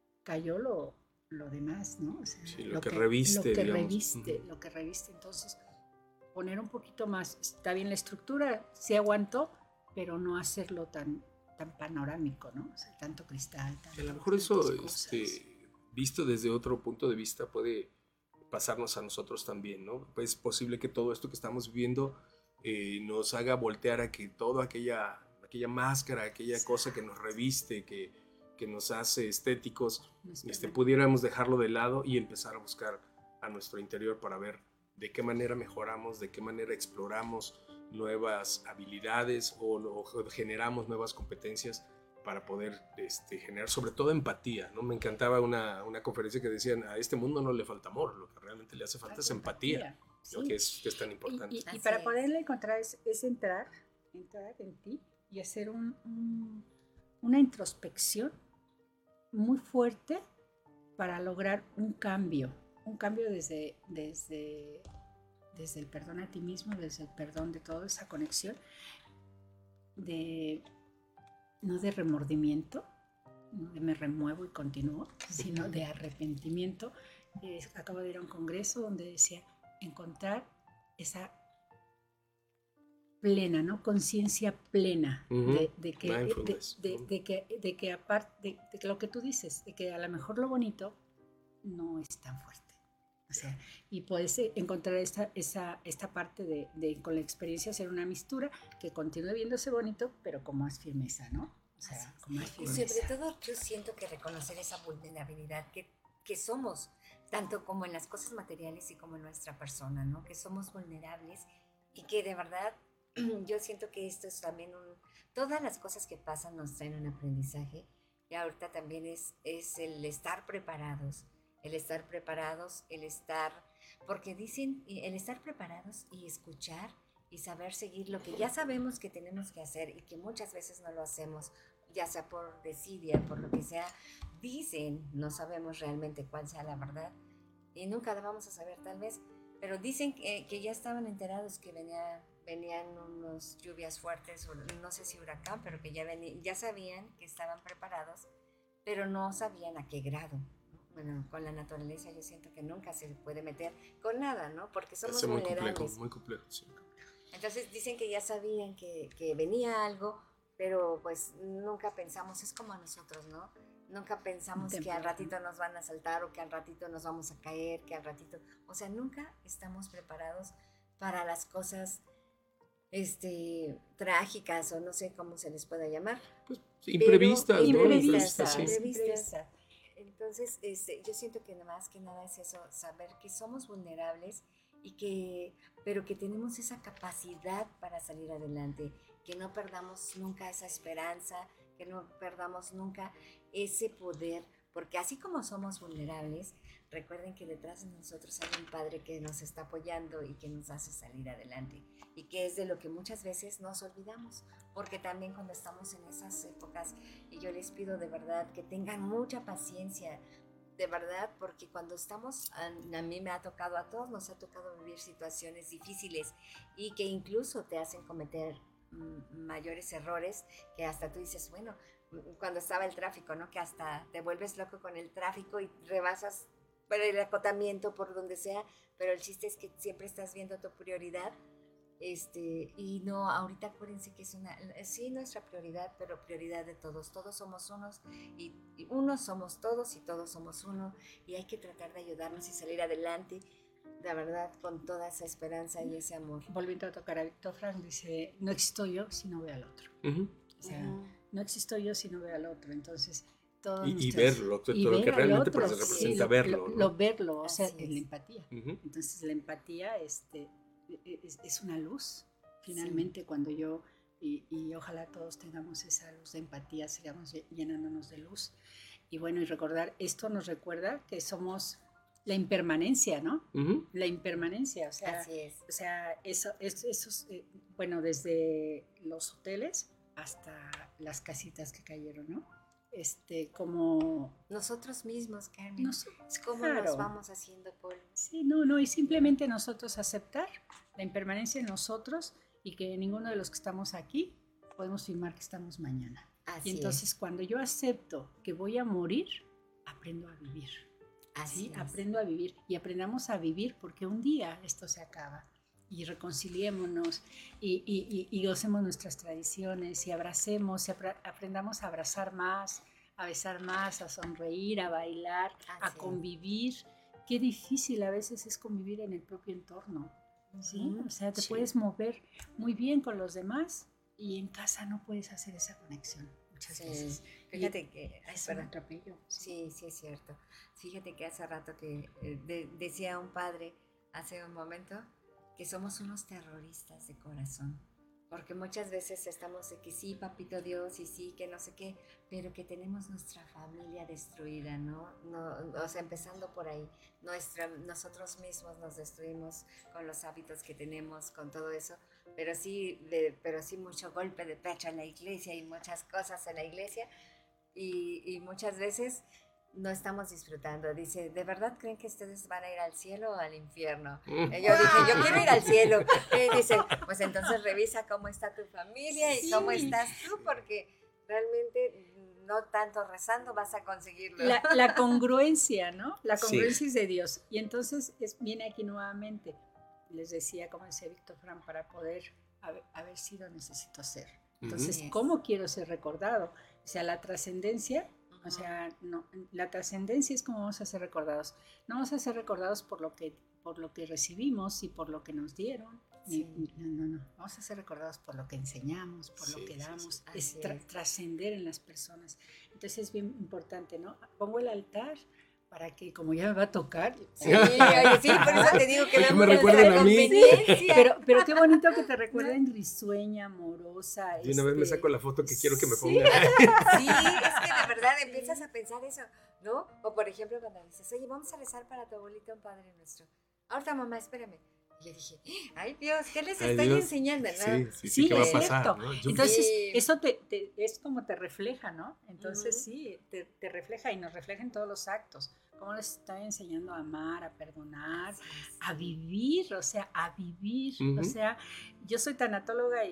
lo demás, ¿no? O sea, sí, lo que reviste, digamos. Lo que reviste. Entonces, poner un poquito más, está bien la estructura, sí aguantó, pero no hacerlo tan panorámico, ¿no? O sea, tanto cristal. A lo mejor eso, visto desde otro punto de vista, puede pasarnos a nosotros también, ¿no? Pues es posible que todo esto que estamos viviendo nos haga voltear a que toda aquella máscara, aquella cosa que nos reviste, que nos hace estéticos, pudiéramos dejarlo de lado y empezar a buscar a nuestro interior para ver de qué manera mejoramos, de qué manera exploramos nuevas habilidades o generamos nuevas competencias para poder generar sobre todo empatía, ¿no? Me encantaba una conferencia que decían, a este mundo no le falta amor, lo que realmente le hace falta es empatía, sí. ¿no? que es tan importante. Y para poderla encontrar es entrar en ti y hacer una introspección muy fuerte para lograr un cambio desde el perdón a ti mismo, desde el perdón de toda esa conexión, no de remordimiento, no de me remuevo y continúo, sino de arrepentimiento. Acabo de ir a un congreso donde decía encontrar esa plena, ¿no? Conciencia plena de que aparte de lo que tú dices, de que a lo mejor lo bonito no es tan fuerte. O sea, y puedes encontrar esta parte de con la experiencia hacer una mistura que continúe viéndose bonito, pero con más firmeza, ¿no? O sea, con más firmeza. Y sobre todo yo siento que reconocer esa vulnerabilidad que somos, tanto como en las cosas materiales y como en nuestra persona, ¿no? Que somos vulnerables y que de verdad yo siento que esto es también todas las cosas que pasan nos traen un aprendizaje y ahorita también es el estar preparados, porque dicen, el estar preparados y escuchar y saber seguir lo que ya sabemos que tenemos que hacer y que muchas veces no lo hacemos, ya sea por desidia, por lo que sea, dicen, no sabemos realmente cuál sea la verdad y nunca la vamos a saber tal vez, pero dicen que ya estaban enterados que venían unas lluvias fuertes, no sé si huracán, pero que ya sabían que estaban preparados, pero no sabían a qué grado. Bueno, con la naturaleza yo siento que nunca se puede meter con nada, ¿no? Porque somos vulnerables. Muy complejo, sí. Entonces dicen que ya sabían que venía algo, pero pues nunca pensamos, es como a nosotros, ¿no? Nunca pensamos que al ratito nos van a asaltar o que al ratito nos vamos a caer, que al ratito... O sea, nunca estamos preparados para las cosas trágicas o no sé cómo se les pueda llamar. Pues imprevistas, ¿no? Imprevistas. Entonces, yo siento que más que nada es eso, saber que somos vulnerables pero que tenemos esa capacidad para salir adelante, que no perdamos nunca esa esperanza, que no perdamos nunca ese poder, porque así como somos vulnerables, recuerden que detrás de nosotros hay un Padre que nos está apoyando y que nos hace salir adelante, y que es de lo que muchas veces nos olvidamos, porque también cuando estamos en esas épocas, y yo les pido de verdad que tengan mucha paciencia, de verdad, porque cuando estamos, a mí me ha tocado, a todos nos ha tocado vivir situaciones difíciles y que incluso te hacen cometer mayores errores, que hasta tú dices, bueno, cuando estaba el tráfico, ¿no? Que hasta te vuelves loco con el tráfico y rebasas por el acotamiento, por donde sea, pero el chiste es que siempre estás viendo tu prioridad Y no, ahorita acuérdense que es sí, nuestra prioridad, pero prioridad de todos. Todos somos unos y unos somos todos y todos somos uno. Y hay que tratar de ayudarnos y salir adelante, la verdad, con toda esa esperanza y ese amor. Volviendo a tocar a Víctor Frank, dice, no existo yo si no veo al otro. O sea, no existo yo si no veo al otro. Entonces, y verlo, todo lo que realmente otro, se representa, verlo. Verlo, o sea, Así es. la empatía. Entonces, la empatía es una luz. Finalmente, cuando yo, y ojalá todos tengamos esa luz de empatía, sigamos llenándonos de luz. Y bueno, y recordar, esto nos recuerda que somos la impermanencia, ¿no? La impermanencia, o sea, así es. O sea, bueno, desde los hoteles hasta las casitas que cayeron, ¿no? Como nosotros mismos, Carmen, es como claro. nos vamos haciendo polvo. Sí, no, y simplemente nosotros aceptar la impermanencia en nosotros y que ninguno de los que estamos aquí podemos afirmar que estamos mañana. Así y entonces cuando yo acepto que voy a morir, aprendo a vivir. Así ¿sí? es. Aprendo a vivir y aprendamos a vivir porque un día esto se acaba. Y reconciliémonos y gocemos nuestras tradiciones y abracemos, aprendamos a abrazar más, a besar más, a sonreír, a bailar, a convivir. Qué difícil a veces es convivir en el propio entorno, ¿sí? O sea, te puedes mover muy bien con los demás y en casa no puedes hacer esa conexión muchas veces. Fíjate que es un atropello. Sí, es cierto. Fíjate que hace rato que decía un padre hace un momento que somos unos terroristas de corazón, porque muchas veces estamos de que sí, papito Dios, y sí, que no sé qué, pero que tenemos nuestra familia destruida, ¿no? O sea, empezando por ahí, nosotros mismos nos destruimos con los hábitos que tenemos, con todo eso, pero sí mucho golpe de pecho en la iglesia y muchas cosas en la iglesia, y muchas veces no estamos disfrutando. Dice, ¿de verdad creen que ustedes van a ir al cielo o al infierno? Y yo dije, yo quiero ir al cielo. Y dice, pues entonces revisa cómo está tu familia y cómo estás tú, porque realmente no tanto rezando vas a conseguirlo. La congruencia, ¿no? La congruencia es de Dios. Y entonces viene aquí nuevamente. Les decía, como decía Víctor Frank, para poder haber sido necesito ser. Entonces, ¿cómo quiero ser recordado? O sea, la trascendencia. O sea, no, la trascendencia es como vamos a ser recordados. No vamos a ser recordados por lo que recibimos y por lo que nos dieron. No. Vamos a ser recordados por lo que enseñamos, por lo que damos. Es trascender en las personas. Entonces es bien importante, ¿no? Pongo el altar para que, como ya me va a tocar. Sí, por eso te digo que me recuerden a mí. Sí, pero qué bonito que te recuerden risueña, amorosa. Y una vez me saco la foto que quiero que me ponga. Sí, es que de verdad empiezas a pensar eso, ¿no? O por ejemplo cuando dices, oye, vamos a rezar para tu abuelita un Padre Nuestro. Ahorita, mamá, espérame. Y yo dije, ay Dios, ¿qué les estoy enseñando? ¿No? Sí, ¿qué va a pasar? ¿No? Entonces, eso es como te refleja, ¿no? Entonces, te refleja y nos refleja en todos los actos. Cómo les está enseñando a amar, a perdonar, a vivir, o sea, a vivir. O sea, yo soy tanatóloga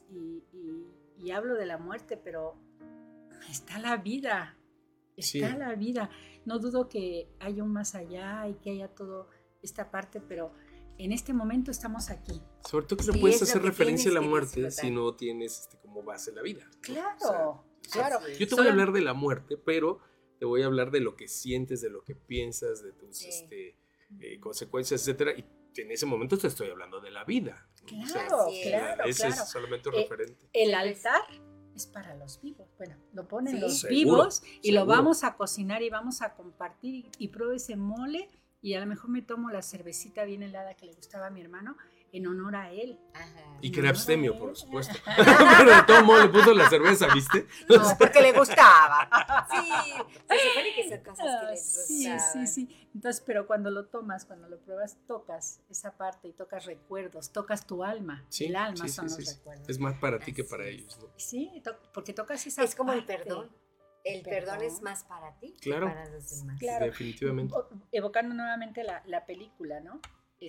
y hablo de la muerte, pero está la vida, la vida. No dudo que haya un más allá y que haya toda esta parte, pero en este momento estamos aquí. Sobre todo que no puedes hacer referencia a la muerte si no tienes como base la vida, ¿no? Claro, claro. Yo te voy a hablar de la muerte, pero te voy a hablar de lo que sientes, de lo que piensas, de tus consecuencias, etcétera. Y en ese momento te estoy hablando de la vida. Claro, claro. Ese es solamente un referente. El altar es para los vivos. Bueno, lo ponen los vivos y lo vamos a cocinar y vamos a compartir y pruebo ese mole. Y a lo mejor me tomo la cervecita bien helada que le gustaba a mi hermano en honor a él. Ajá. Y que era abstemio, por supuesto. Pero de todo modo le puso la cerveza, ¿viste? No, porque le gustaba. Sí, se supone que son cosas que les gustaban. Sí. Entonces, pero cuando lo tomas, cuando lo pruebas, tocas esa parte y tocas recuerdos, tocas tu alma. El alma son los recuerdos. Es más para ti que para ellos, ¿no? Sí, porque tocas esa parte. Es como el perdón. El perdón es más para ti que para los demás. Claro. Definitivamente. Evocando nuevamente la película, ¿no?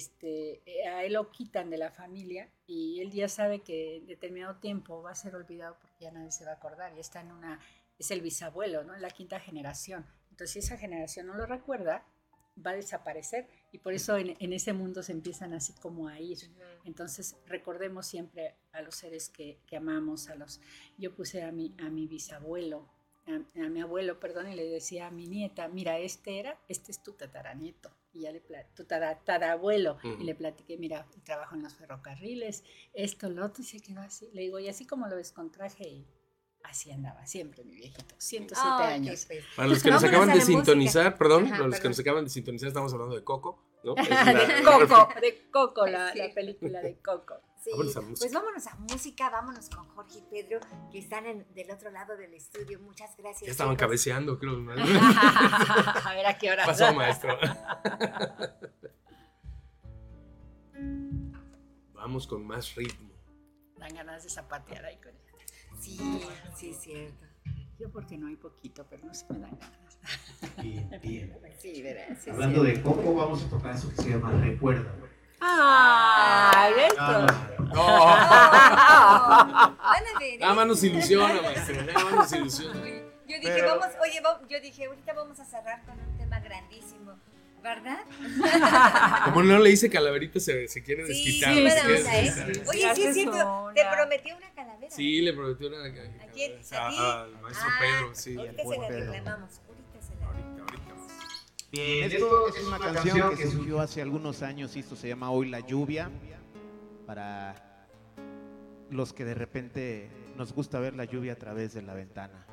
A él lo quitan de la familia y él ya sabe que en determinado tiempo va a ser olvidado porque ya nadie se va a acordar. Y es el bisabuelo, ¿no? La quinta generación. Entonces, si esa generación no lo recuerda, va a desaparecer y por eso en ese mundo se empiezan así como a ir. Entonces recordemos siempre a los seres que amamos, yo puse a mi bisabuelo, a mi abuelo, perdón, y le decía a mi nieta, mira, este es tu tataranieto, y ya tu tatarabuelo, y le platiqué, mira, trabajo en los ferrocarriles, esto, lo otro, y se quedó así. Le digo, y así como lo ves con traje, y así andaba siempre mi viejito, 107 años. Para los que nos acaban de sintonizar, los que nos acaban de sintonizar, estamos hablando de Coco, ¿no? de Coco, la película de Coco. Sí, pues vámonos a música, vámonos con Jorge y Pedro, que están del otro lado del estudio. Muchas gracias. Ya estaban cabeceando, creo. ¿No? A ver a qué hora. Pasó, maestro. Vamos con más ritmo. Dan ganas de zapatear ahí con él. Sí, es cierto. Yo porque no hay poquito, pero no se me dan ganas. Bien. Sí, verás. Hablando de Coco, vamos a tocar eso que se llama Recuerda. Esto. Nada más nos ilusiona, maestro. Nada más nos ilusiona. Yo dije, ahorita vamos a cerrar con un tema grandísimo, ¿verdad? Como no le hice calaverita, se quiere desquitar. Sí, Oye, sí es cierto, te prometió una calavera. Sí, le prometió una calavera. ¿A quién? Al maestro Pedro, sí. Ahorita se la reclamamos. Ahorita más. Bien, esto es una canción que surgió hace algunos años y esto se llama Hoy la lluvia, para los que de repente nos gusta ver la lluvia a través de la ventana.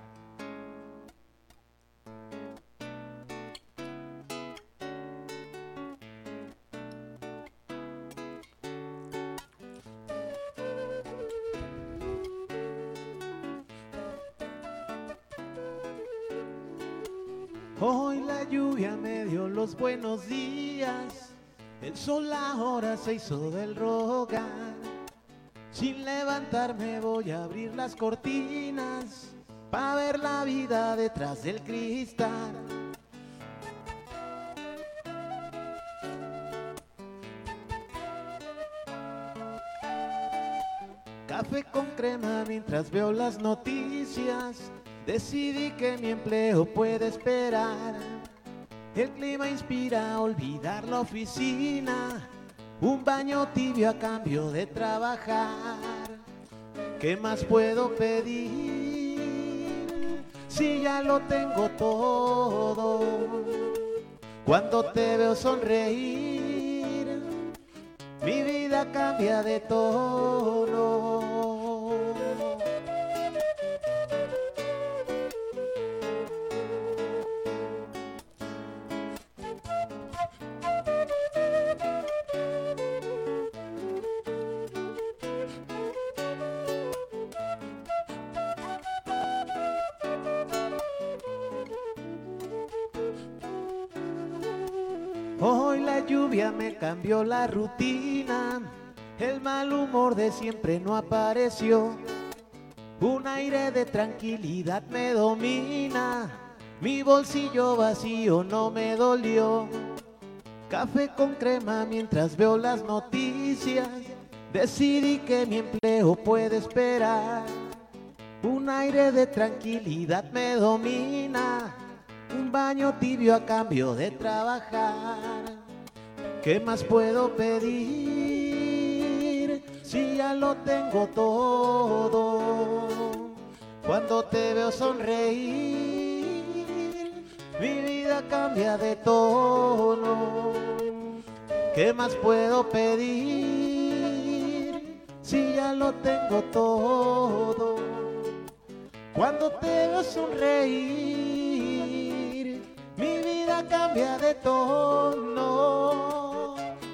Hoy la lluvia me dio los buenos días, el sol ahora se hizo del rogar. Sin levantarme voy a abrir las cortinas pa' ver la vida detrás del cristal. Café con crema mientras veo las noticias. Decidí que mi empleo puede esperar. El clima inspira a olvidar la oficina. Un baño tibio a cambio de trabajar. ¿Qué más puedo pedir si ya lo tengo todo? Cuando te veo sonreír, mi vida cambia de tono. Hoy la lluvia me cambió la rutina, el mal humor de siempre no apareció. Un aire de tranquilidad me domina, mi bolsillo vacío no me dolió. Café con crema mientras veo las noticias, decidí que mi empleo puede esperar. Un aire de tranquilidad me domina, un baño tibio a cambio de trabajar. ¿Qué más puedo pedir si ya lo tengo todo? Cuando te veo sonreír, mi vida cambia de tono. ¿Qué más puedo pedir si ya lo tengo todo? Cuando te veo sonreír, mi vida cambia de tono.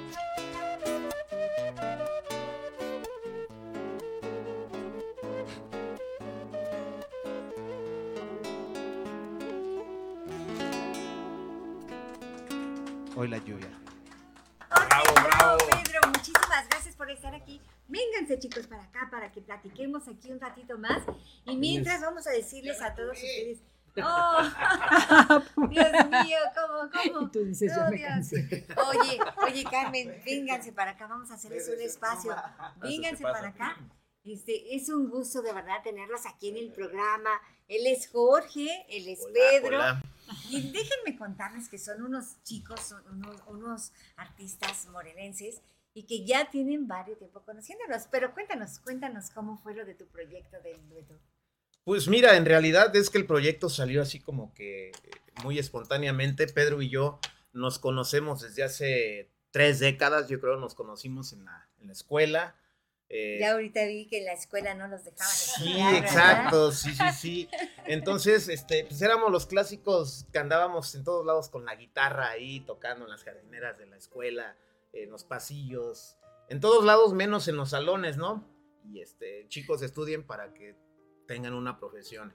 Hoy la lluvia. Bravo, Pedro, muchísimas gracias por estar aquí. Vénganse, chicos, para acá para que platiquemos aquí un ratito más. Y mientras vamos a decirles a todos ustedes. ¡Oh! Dios mío, ¿cómo? Y tú dices, No, yo me Dios. cansé. Oye, Carmen, vénganse para acá, vamos a hacerles un espacio. Vénganse para acá. Es un gusto de verdad tenerlos aquí en el programa. Él es Jorge, él es Pedro. Hola. Y déjenme contarles que son unos chicos, unos artistas morelenses y que ya tienen varios tiempo conociéndolos. Pero cuéntanos cómo fue lo de tu proyecto del dueto. Pues mira, en realidad es que el proyecto salió así como que muy espontáneamente. Pedro y yo nos conocemos desde hace 3 décadas, yo creo, nos conocimos en la escuela. Ya ahorita vi que en la escuela no los dejaban Sí, estudiar, exacto, sí. Entonces, pues éramos los clásicos que andábamos en todos lados con la guitarra ahí, tocando en las jardineras de la escuela, en los pasillos, en todos lados menos en los salones, ¿no? Y chicos, estudien para que tengan una profesión.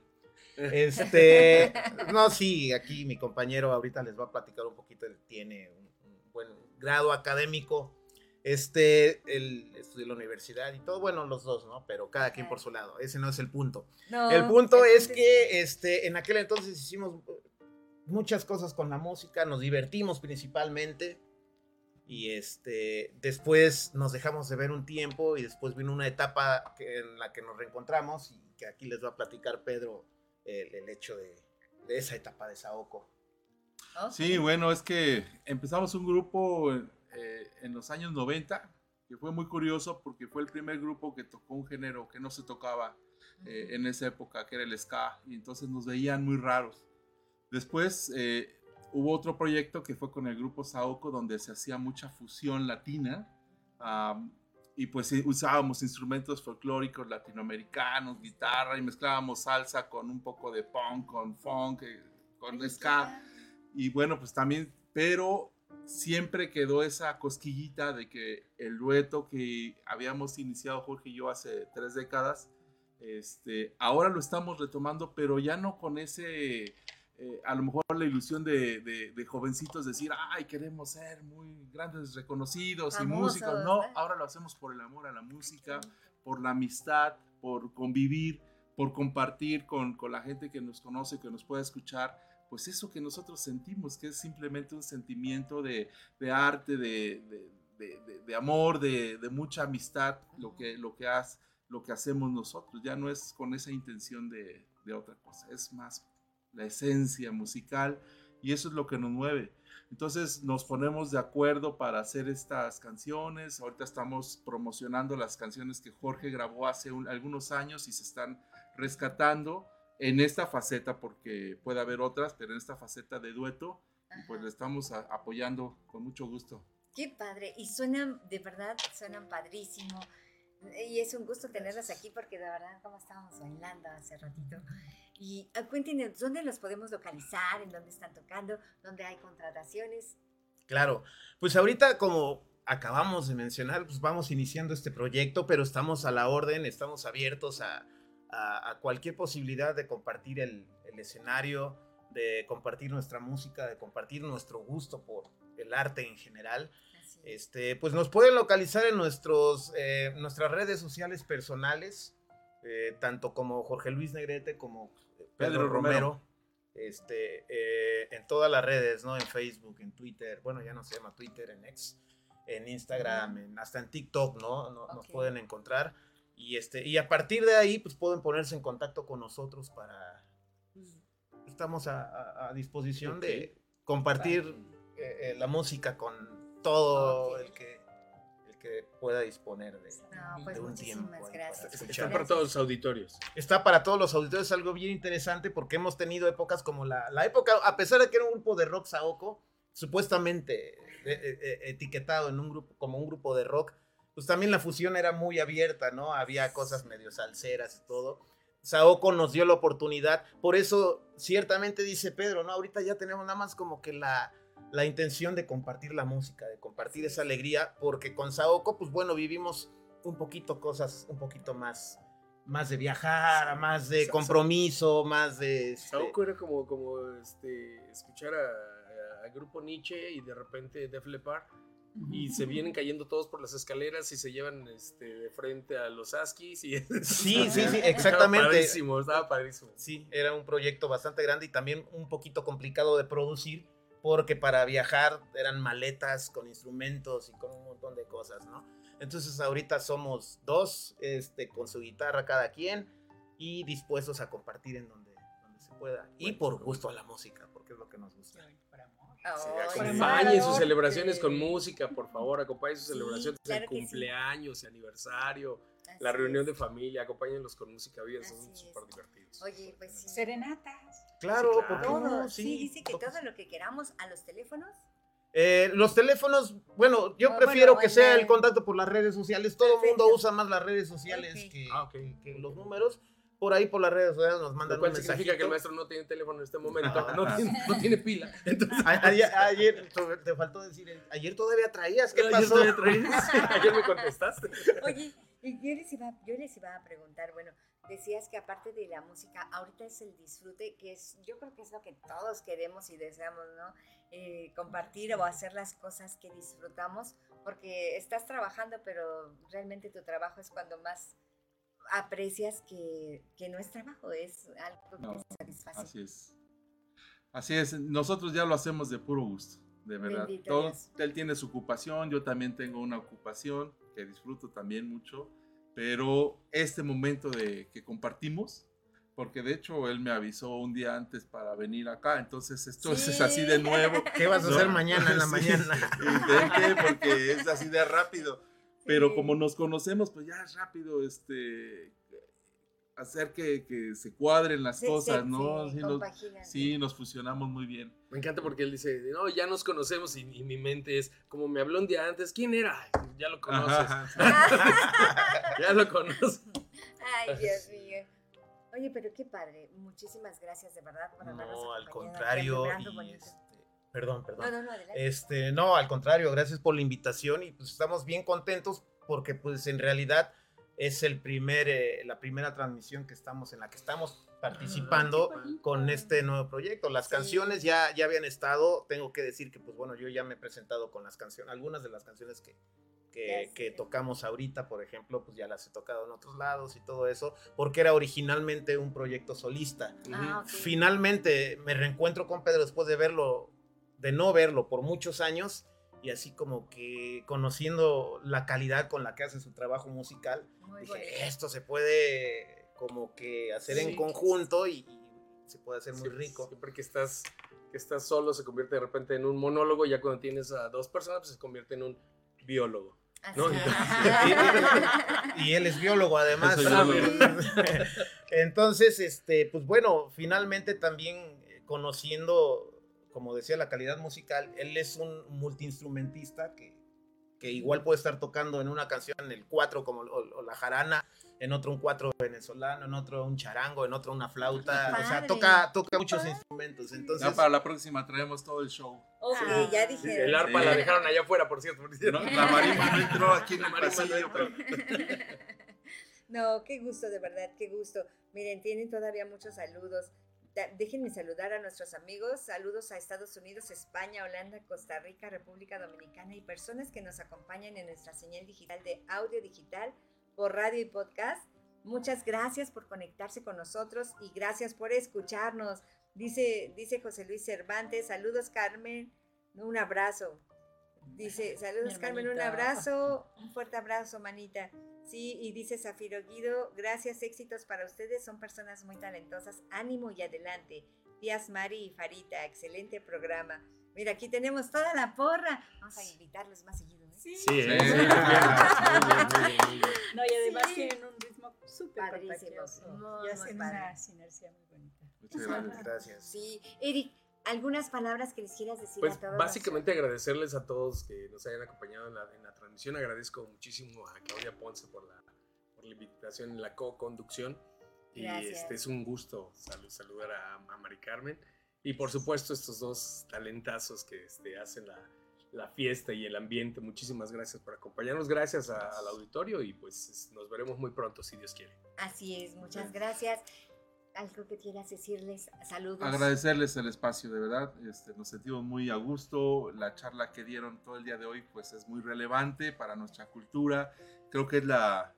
No, sí, aquí mi compañero ahorita les va a platicar un poquito, él tiene un buen grado académico. Él estudió en la universidad y todo, bueno, los dos, ¿no? Pero cada quien por su lado, ese no es el punto. No, el punto es que en aquel entonces hicimos muchas cosas con la música, nos divertimos principalmente y después nos dejamos de ver un tiempo y después vino una etapa en la que nos reencontramos y que aquí les va a platicar Pedro el hecho de esa etapa de Saoko. Okay. Sí, bueno, es que empezamos un grupo en los años 90, que fue muy curioso porque fue el primer grupo que tocó un género que no se tocaba en esa época, que era el ska, y entonces nos veían muy raros. Después hubo otro proyecto que fue con el grupo Saoko, donde se hacía mucha fusión latina, y pues usábamos instrumentos folclóricos latinoamericanos, guitarra, y mezclábamos salsa con un poco de punk, con funk, con ska, y bueno, pues también, pero siempre quedó esa cosquillita de que el dueto que habíamos iniciado Jorge y yo hace 3 décadas, ahora lo estamos retomando, pero ya no con ese, a lo mejor la ilusión de jovencitos decir, ay, queremos ser muy grandes, reconocidos famosos, y músicos. No, ahora lo hacemos por el amor a la música, por la amistad, por convivir, por compartir con la gente que nos conoce, que nos pueda escuchar. Pues eso que nosotros sentimos, que es simplemente un sentimiento de arte, de amor, de mucha amistad, lo que hacemos nosotros. Ya no es con esa intención de otra cosa, es más la esencia musical y eso es lo que nos mueve. Entonces nos ponemos de acuerdo para hacer estas canciones. Ahorita estamos promocionando las canciones que Jorge grabó hace algunos años y se están rescatando en esta faceta, porque puede haber otras, pero en esta faceta de dueto, pues le estamos apoyando con mucho gusto. Qué padre, y suenan, de verdad, suenan padrísimo, y es un gusto tenerlas aquí, porque de verdad, como estábamos bailando hace ratito, y cuéntenos, ¿dónde los podemos localizar? ¿En dónde están tocando? ¿Dónde hay contrataciones? Claro, pues ahorita como acabamos de mencionar, pues vamos iniciando este proyecto, pero estamos a la orden, estamos abiertos a cualquier posibilidad de compartir el escenario, de compartir nuestra música, de compartir nuestro gusto por el arte en general. Pues nos pueden localizar en nuestras redes sociales personales, tanto como Jorge Luis Negrete como Pedro Romero. En todas las redes, ¿no? En Facebook, en Twitter, bueno, ya no se llama Twitter, en X, en Instagram, hasta en TikTok, ¿no? Nos pueden encontrar. Y a partir de ahí, pues pueden ponerse en contacto con nosotros para... Estamos a disposición de compartir la música con todo el que pueda disponer de un tiempo. Está para todos los auditorios. Está para todos los auditorios, es algo bien interesante porque hemos tenido épocas como la época, a pesar de que era un grupo de rock Saoko, supuestamente etiquetado en un grupo como un grupo de rock, pues también la fusión era muy abierta, ¿no? Había cosas medio salseras y todo. Saoko nos dio la oportunidad, por eso ciertamente dice Pedro, ¿no? Ahorita ya tenemos nada más como que la intención de compartir la música, de compartir esa alegría, porque con Saoko, pues bueno, vivimos un poquito cosas, un poquito más de viajar, más de compromiso, más de... Saoko era como escuchar a Grupo Nietzsche y de repente Def Leppard, y se vienen cayendo todos por las escaleras y se llevan de frente a los Askis y sí, exactamente. Estaba padrísimo. Sí, era un proyecto bastante grande y también un poquito complicado de producir porque para viajar eran maletas con instrumentos y con un montón de cosas, ¿no? Entonces ahorita somos 2 con su guitarra cada quien y dispuestos a compartir en donde se se pueda. Y por gusto a la música, porque es lo que nos gusta. Acompañen sus celebraciones con música, por favor, acompañen sus celebraciones, claro el cumpleaños, aniversario, la reunión de familia, acompáñenlos con música viva, son súper divertidos. Oye, pues sí. Serenatas. Claro, Sí, claro. ¿por qué Todo, no? sí, dice que todo lo que queramos a los teléfonos. Los teléfonos, bueno, yo prefiero que sea el contacto por las redes sociales. Todo el mundo usa más las redes sociales que los números. Por ahí, por las redes sociales, nos mandan un mensajito. Significa que el maestro no tiene teléfono en este momento, no tiene pila. Entonces, ayer, te faltó decir, ayer todavía traías, ¿qué pasó? Ayer me contestaste. Oye, yo les iba a preguntar, bueno, decías que aparte de la música, ahorita es el disfrute, que es, yo creo que es lo que todos queremos y deseamos, ¿no? Compartir o hacer las cosas que disfrutamos, porque estás trabajando, pero realmente tu trabajo es cuando más aprecias que no es trabajo, es algo que te satisface. Así es, nosotros ya lo hacemos de puro gusto, de verdad. Él tiene su ocupación, yo también tengo una ocupación que disfruto también mucho, pero este momento de que compartimos, porque de hecho él me avisó un día antes para venir acá, entonces esto es así de nuevo. ¿Qué vas a hacer mañana en la mañana? Porque es así de rápido. Pero como nos conocemos, pues ya es rápido hacer que se cuadren las cosas, ¿no? Sí, nos fusionamos muy bien. Me encanta porque él dice, no, ya nos conocemos y mi mente es, como me habló un día antes, ¿quién era? Ya lo conoces. Ya lo conoces. Ay, Dios mío. Oye, pero qué padre. Muchísimas gracias de verdad por habernos acompañado. No, al contrario. Perdón. No, adelante. No, al contrario, gracias por la invitación y pues estamos bien contentos porque pues en realidad es la primera transmisión en la que estamos participando con este nuevo proyecto. Las canciones ya habían estado, tengo que decir que pues bueno, yo ya me he presentado con las canciones, algunas de las canciones que tocamos ahorita, por ejemplo, pues ya las he tocado en otros lados y todo eso, porque era originalmente un proyecto solista. Finalmente me reencuentro con Pedro después de no verlo por muchos años y así como que conociendo la calidad con la que hace su trabajo musical, dije, esto se puede como que hacer en conjunto y se puede hacer muy rico. Siempre que estás solo se convierte de repente en un monólogo, ya cuando tienes a dos personas pues se convierte en un biólogo. ¿No? Y él es biólogo además. Entonces, pues bueno, finalmente también conociendo, como decía, la calidad musical, él es un multiinstrumentista que igual puede estar tocando en una canción el cuatro como o la jarana, en otro un cuatro venezolano, en otro un charango, en otro una flauta, o sea, toca muchos instrumentos. Entonces, ya para la próxima traemos todo el show. Ya dije. El arpa la dejaron allá afuera, por cierto. ¿No? La marimba no entró aquí en el pasillo. No, qué gusto, de verdad, qué gusto. Miren, tienen todavía muchos saludos. Déjenme saludar a nuestros amigos. Saludos a Estados Unidos, España, Holanda, Costa Rica, República Dominicana y personas que nos acompañan en nuestra señal digital de audio digital por radio y podcast. Muchas gracias por conectarse con nosotros y gracias por escucharnos. Dice José Luis Cervantes, saludos Carmen, un abrazo. Dice, saludos Carmen, un abrazo, un fuerte abrazo, manita. Sí, y dice Zafiro Guido, gracias, éxitos para ustedes, son personas muy talentosas, ánimo y adelante. Tías Mari y Farita, excelente programa. Mira, aquí tenemos toda la porra. Vamos a invitarlos más seguido, ¿eh? Sí. No, y además tienen un ritmo súper padrísimo. Y hacen una sinergia muy bonita. Muchas gracias. Sí, Eric, ¿algunas palabras que les quieras decir pues a todos? Básicamente agradecerles a todos que nos hayan acompañado en la transmisión. Agradezco muchísimo a Claudia Ponce por la invitación en la co-conducción. Y es un gusto saludar a Mari Carmen. Y por supuesto estos dos talentazos que hacen la fiesta y el ambiente. Muchísimas gracias por acompañarnos. Gracias al auditorio y pues nos veremos muy pronto si Dios quiere. Así es, muchas gracias. ¿Algo que quieras decirles? Saludos. Agradecerles el espacio, de verdad. Nos sentimos muy a gusto. La charla que dieron todo el día de hoy pues es muy relevante para nuestra cultura. Creo que es la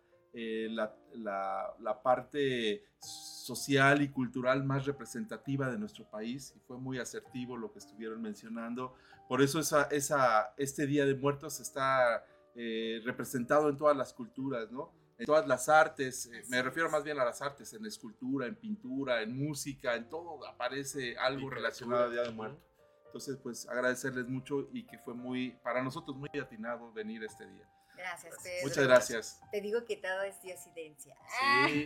parte social y cultural más representativa de nuestro país y fue muy asertivo lo que estuvieron mencionando. Por eso este Día de Muertos está representado en todas las culturas, ¿no? en todas las artes, me refiero más bien a las artes, en escultura, en pintura, en música, en todo aparece algo relacionado al Día de Muertos. Entonces, pues agradecerles mucho y que fue para nosotros muy atinado venir este día. Gracias, Pedro. Muchas gracias. Te digo que todo es diosidencia. Sí.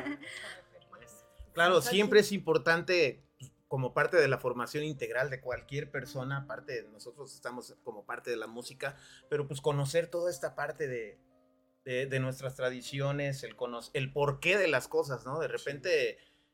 Claro, siempre es importante, como parte de la formación integral de cualquier persona, aparte de nosotros estamos como parte de la música, pero pues conocer toda esta parte de nuestras tradiciones, el porqué de las cosas, ¿no? De repente,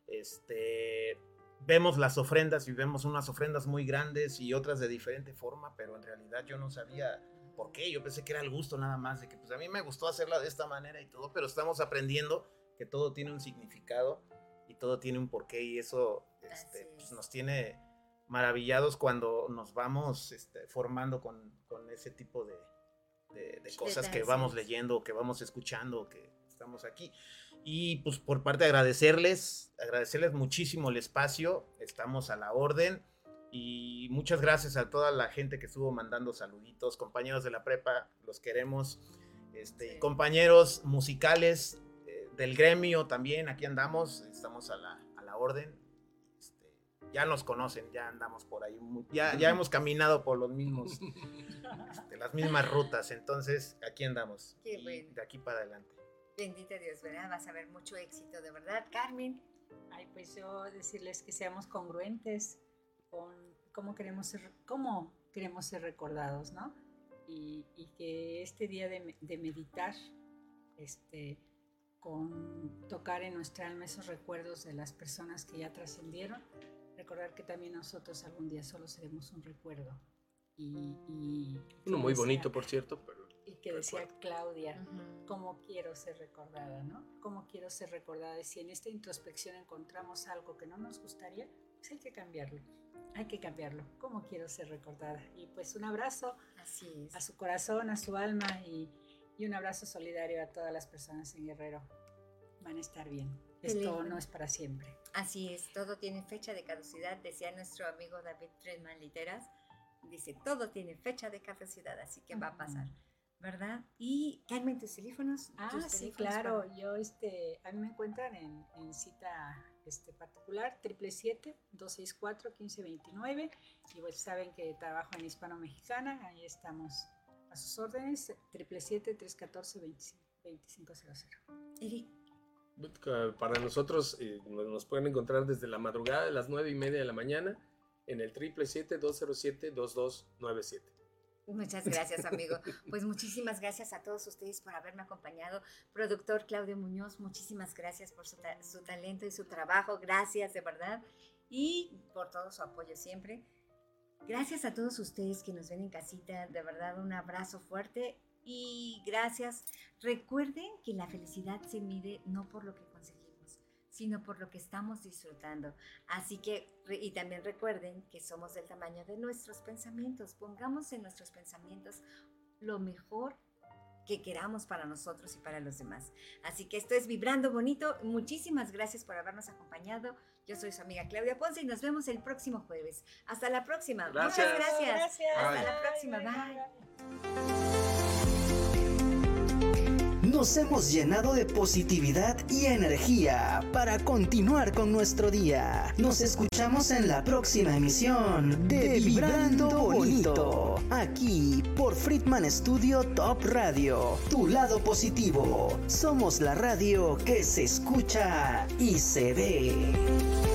vemos las ofrendas y vemos unas ofrendas muy grandes y otras de diferente forma, pero en realidad yo no sabía por qué. Yo pensé que era el gusto nada más, de que pues a mí me gustó hacerla de esta manera y todo, pero estamos aprendiendo que todo tiene un significado y todo tiene un porqué, y eso pues nos tiene maravillados cuando nos vamos formando con ese tipo de cosas que vamos leyendo, que vamos escuchando, que estamos aquí. Y pues por parte de agradecerles muchísimo el espacio, estamos a la orden, y muchas gracias a toda la gente que estuvo mandando saluditos, compañeros de la prepa, los queremos, compañeros musicales del gremio también, aquí andamos, estamos a la orden, ya nos conocen, ya andamos por ahí, ya hemos caminado por los mismos, las mismas rutas, entonces aquí andamos, Qué bueno. De aquí para adelante. Bendito Dios, ¿verdad? Vas a ver mucho éxito, de verdad. Carmen. Ay, pues yo decirles que seamos congruentes con cómo queremos ser recordados, ¿no? Y que este día de meditar, con tocar en nuestra alma esos recuerdos de las personas que ya trascendieron, recordar que también nosotros algún día solo seremos un recuerdo. Uno muy bonito, por cierto, pero... Y que decía Claudia, ¿cómo quiero ser recordada, no? ¿Cómo quiero ser recordada? Y si en esta introspección encontramos algo que no nos gustaría, pues hay que cambiarlo. ¿Cómo quiero ser recordada? Y pues un abrazo a su corazón, a su alma, y un abrazo solidario a todas las personas en Guerrero. Van a estar bien. Esto no es para siempre. Así es, todo tiene fecha de caducidad, decía nuestro amigo David Friedman Literas. Dice, todo tiene fecha de caducidad, así que va a pasar, ¿verdad? Y Carmen, tus teléfonos. Sí, claro. Yo, a mí me encuentran en cita particular, 777-264-1529. Y pues saben que trabajo en Hispano Mexicana, ahí estamos a sus órdenes, 777-314-2500. Eric. Para nosotros nos pueden encontrar desde la madrugada de las 9:30 de la mañana en el 777-207-2297. Muchas gracias, amigo. Pues muchísimas gracias a todos ustedes por haberme acompañado. Productor Claudio Muñoz, muchísimas gracias por su talento y su trabajo. Gracias, de verdad. Y por todo su apoyo siempre. Gracias a todos ustedes que nos ven en casita. De verdad, un abrazo fuerte. Y gracias. Recuerden que la felicidad se mide no por lo que conseguimos, sino por lo que estamos disfrutando. Así que, y también recuerden que somos del tamaño de nuestros pensamientos. Pongamos en nuestros pensamientos lo mejor que queramos para nosotros y para los demás. Así que esto es Vibrando Bonito. Muchísimas gracias por habernos acompañado. Yo soy su amiga Claudia Ponce y nos vemos el próximo jueves. Hasta la próxima. Gracias. Muchas gracias. Hasta Bye. la próxima. Bye. Nos hemos llenado de positividad y energía para continuar con nuestro día. Nos escuchamos en la próxima emisión de Vibrando Bonito, aquí por Friedman Studio Top Radio. Tu lado positivo. Somos la radio que se escucha y se ve.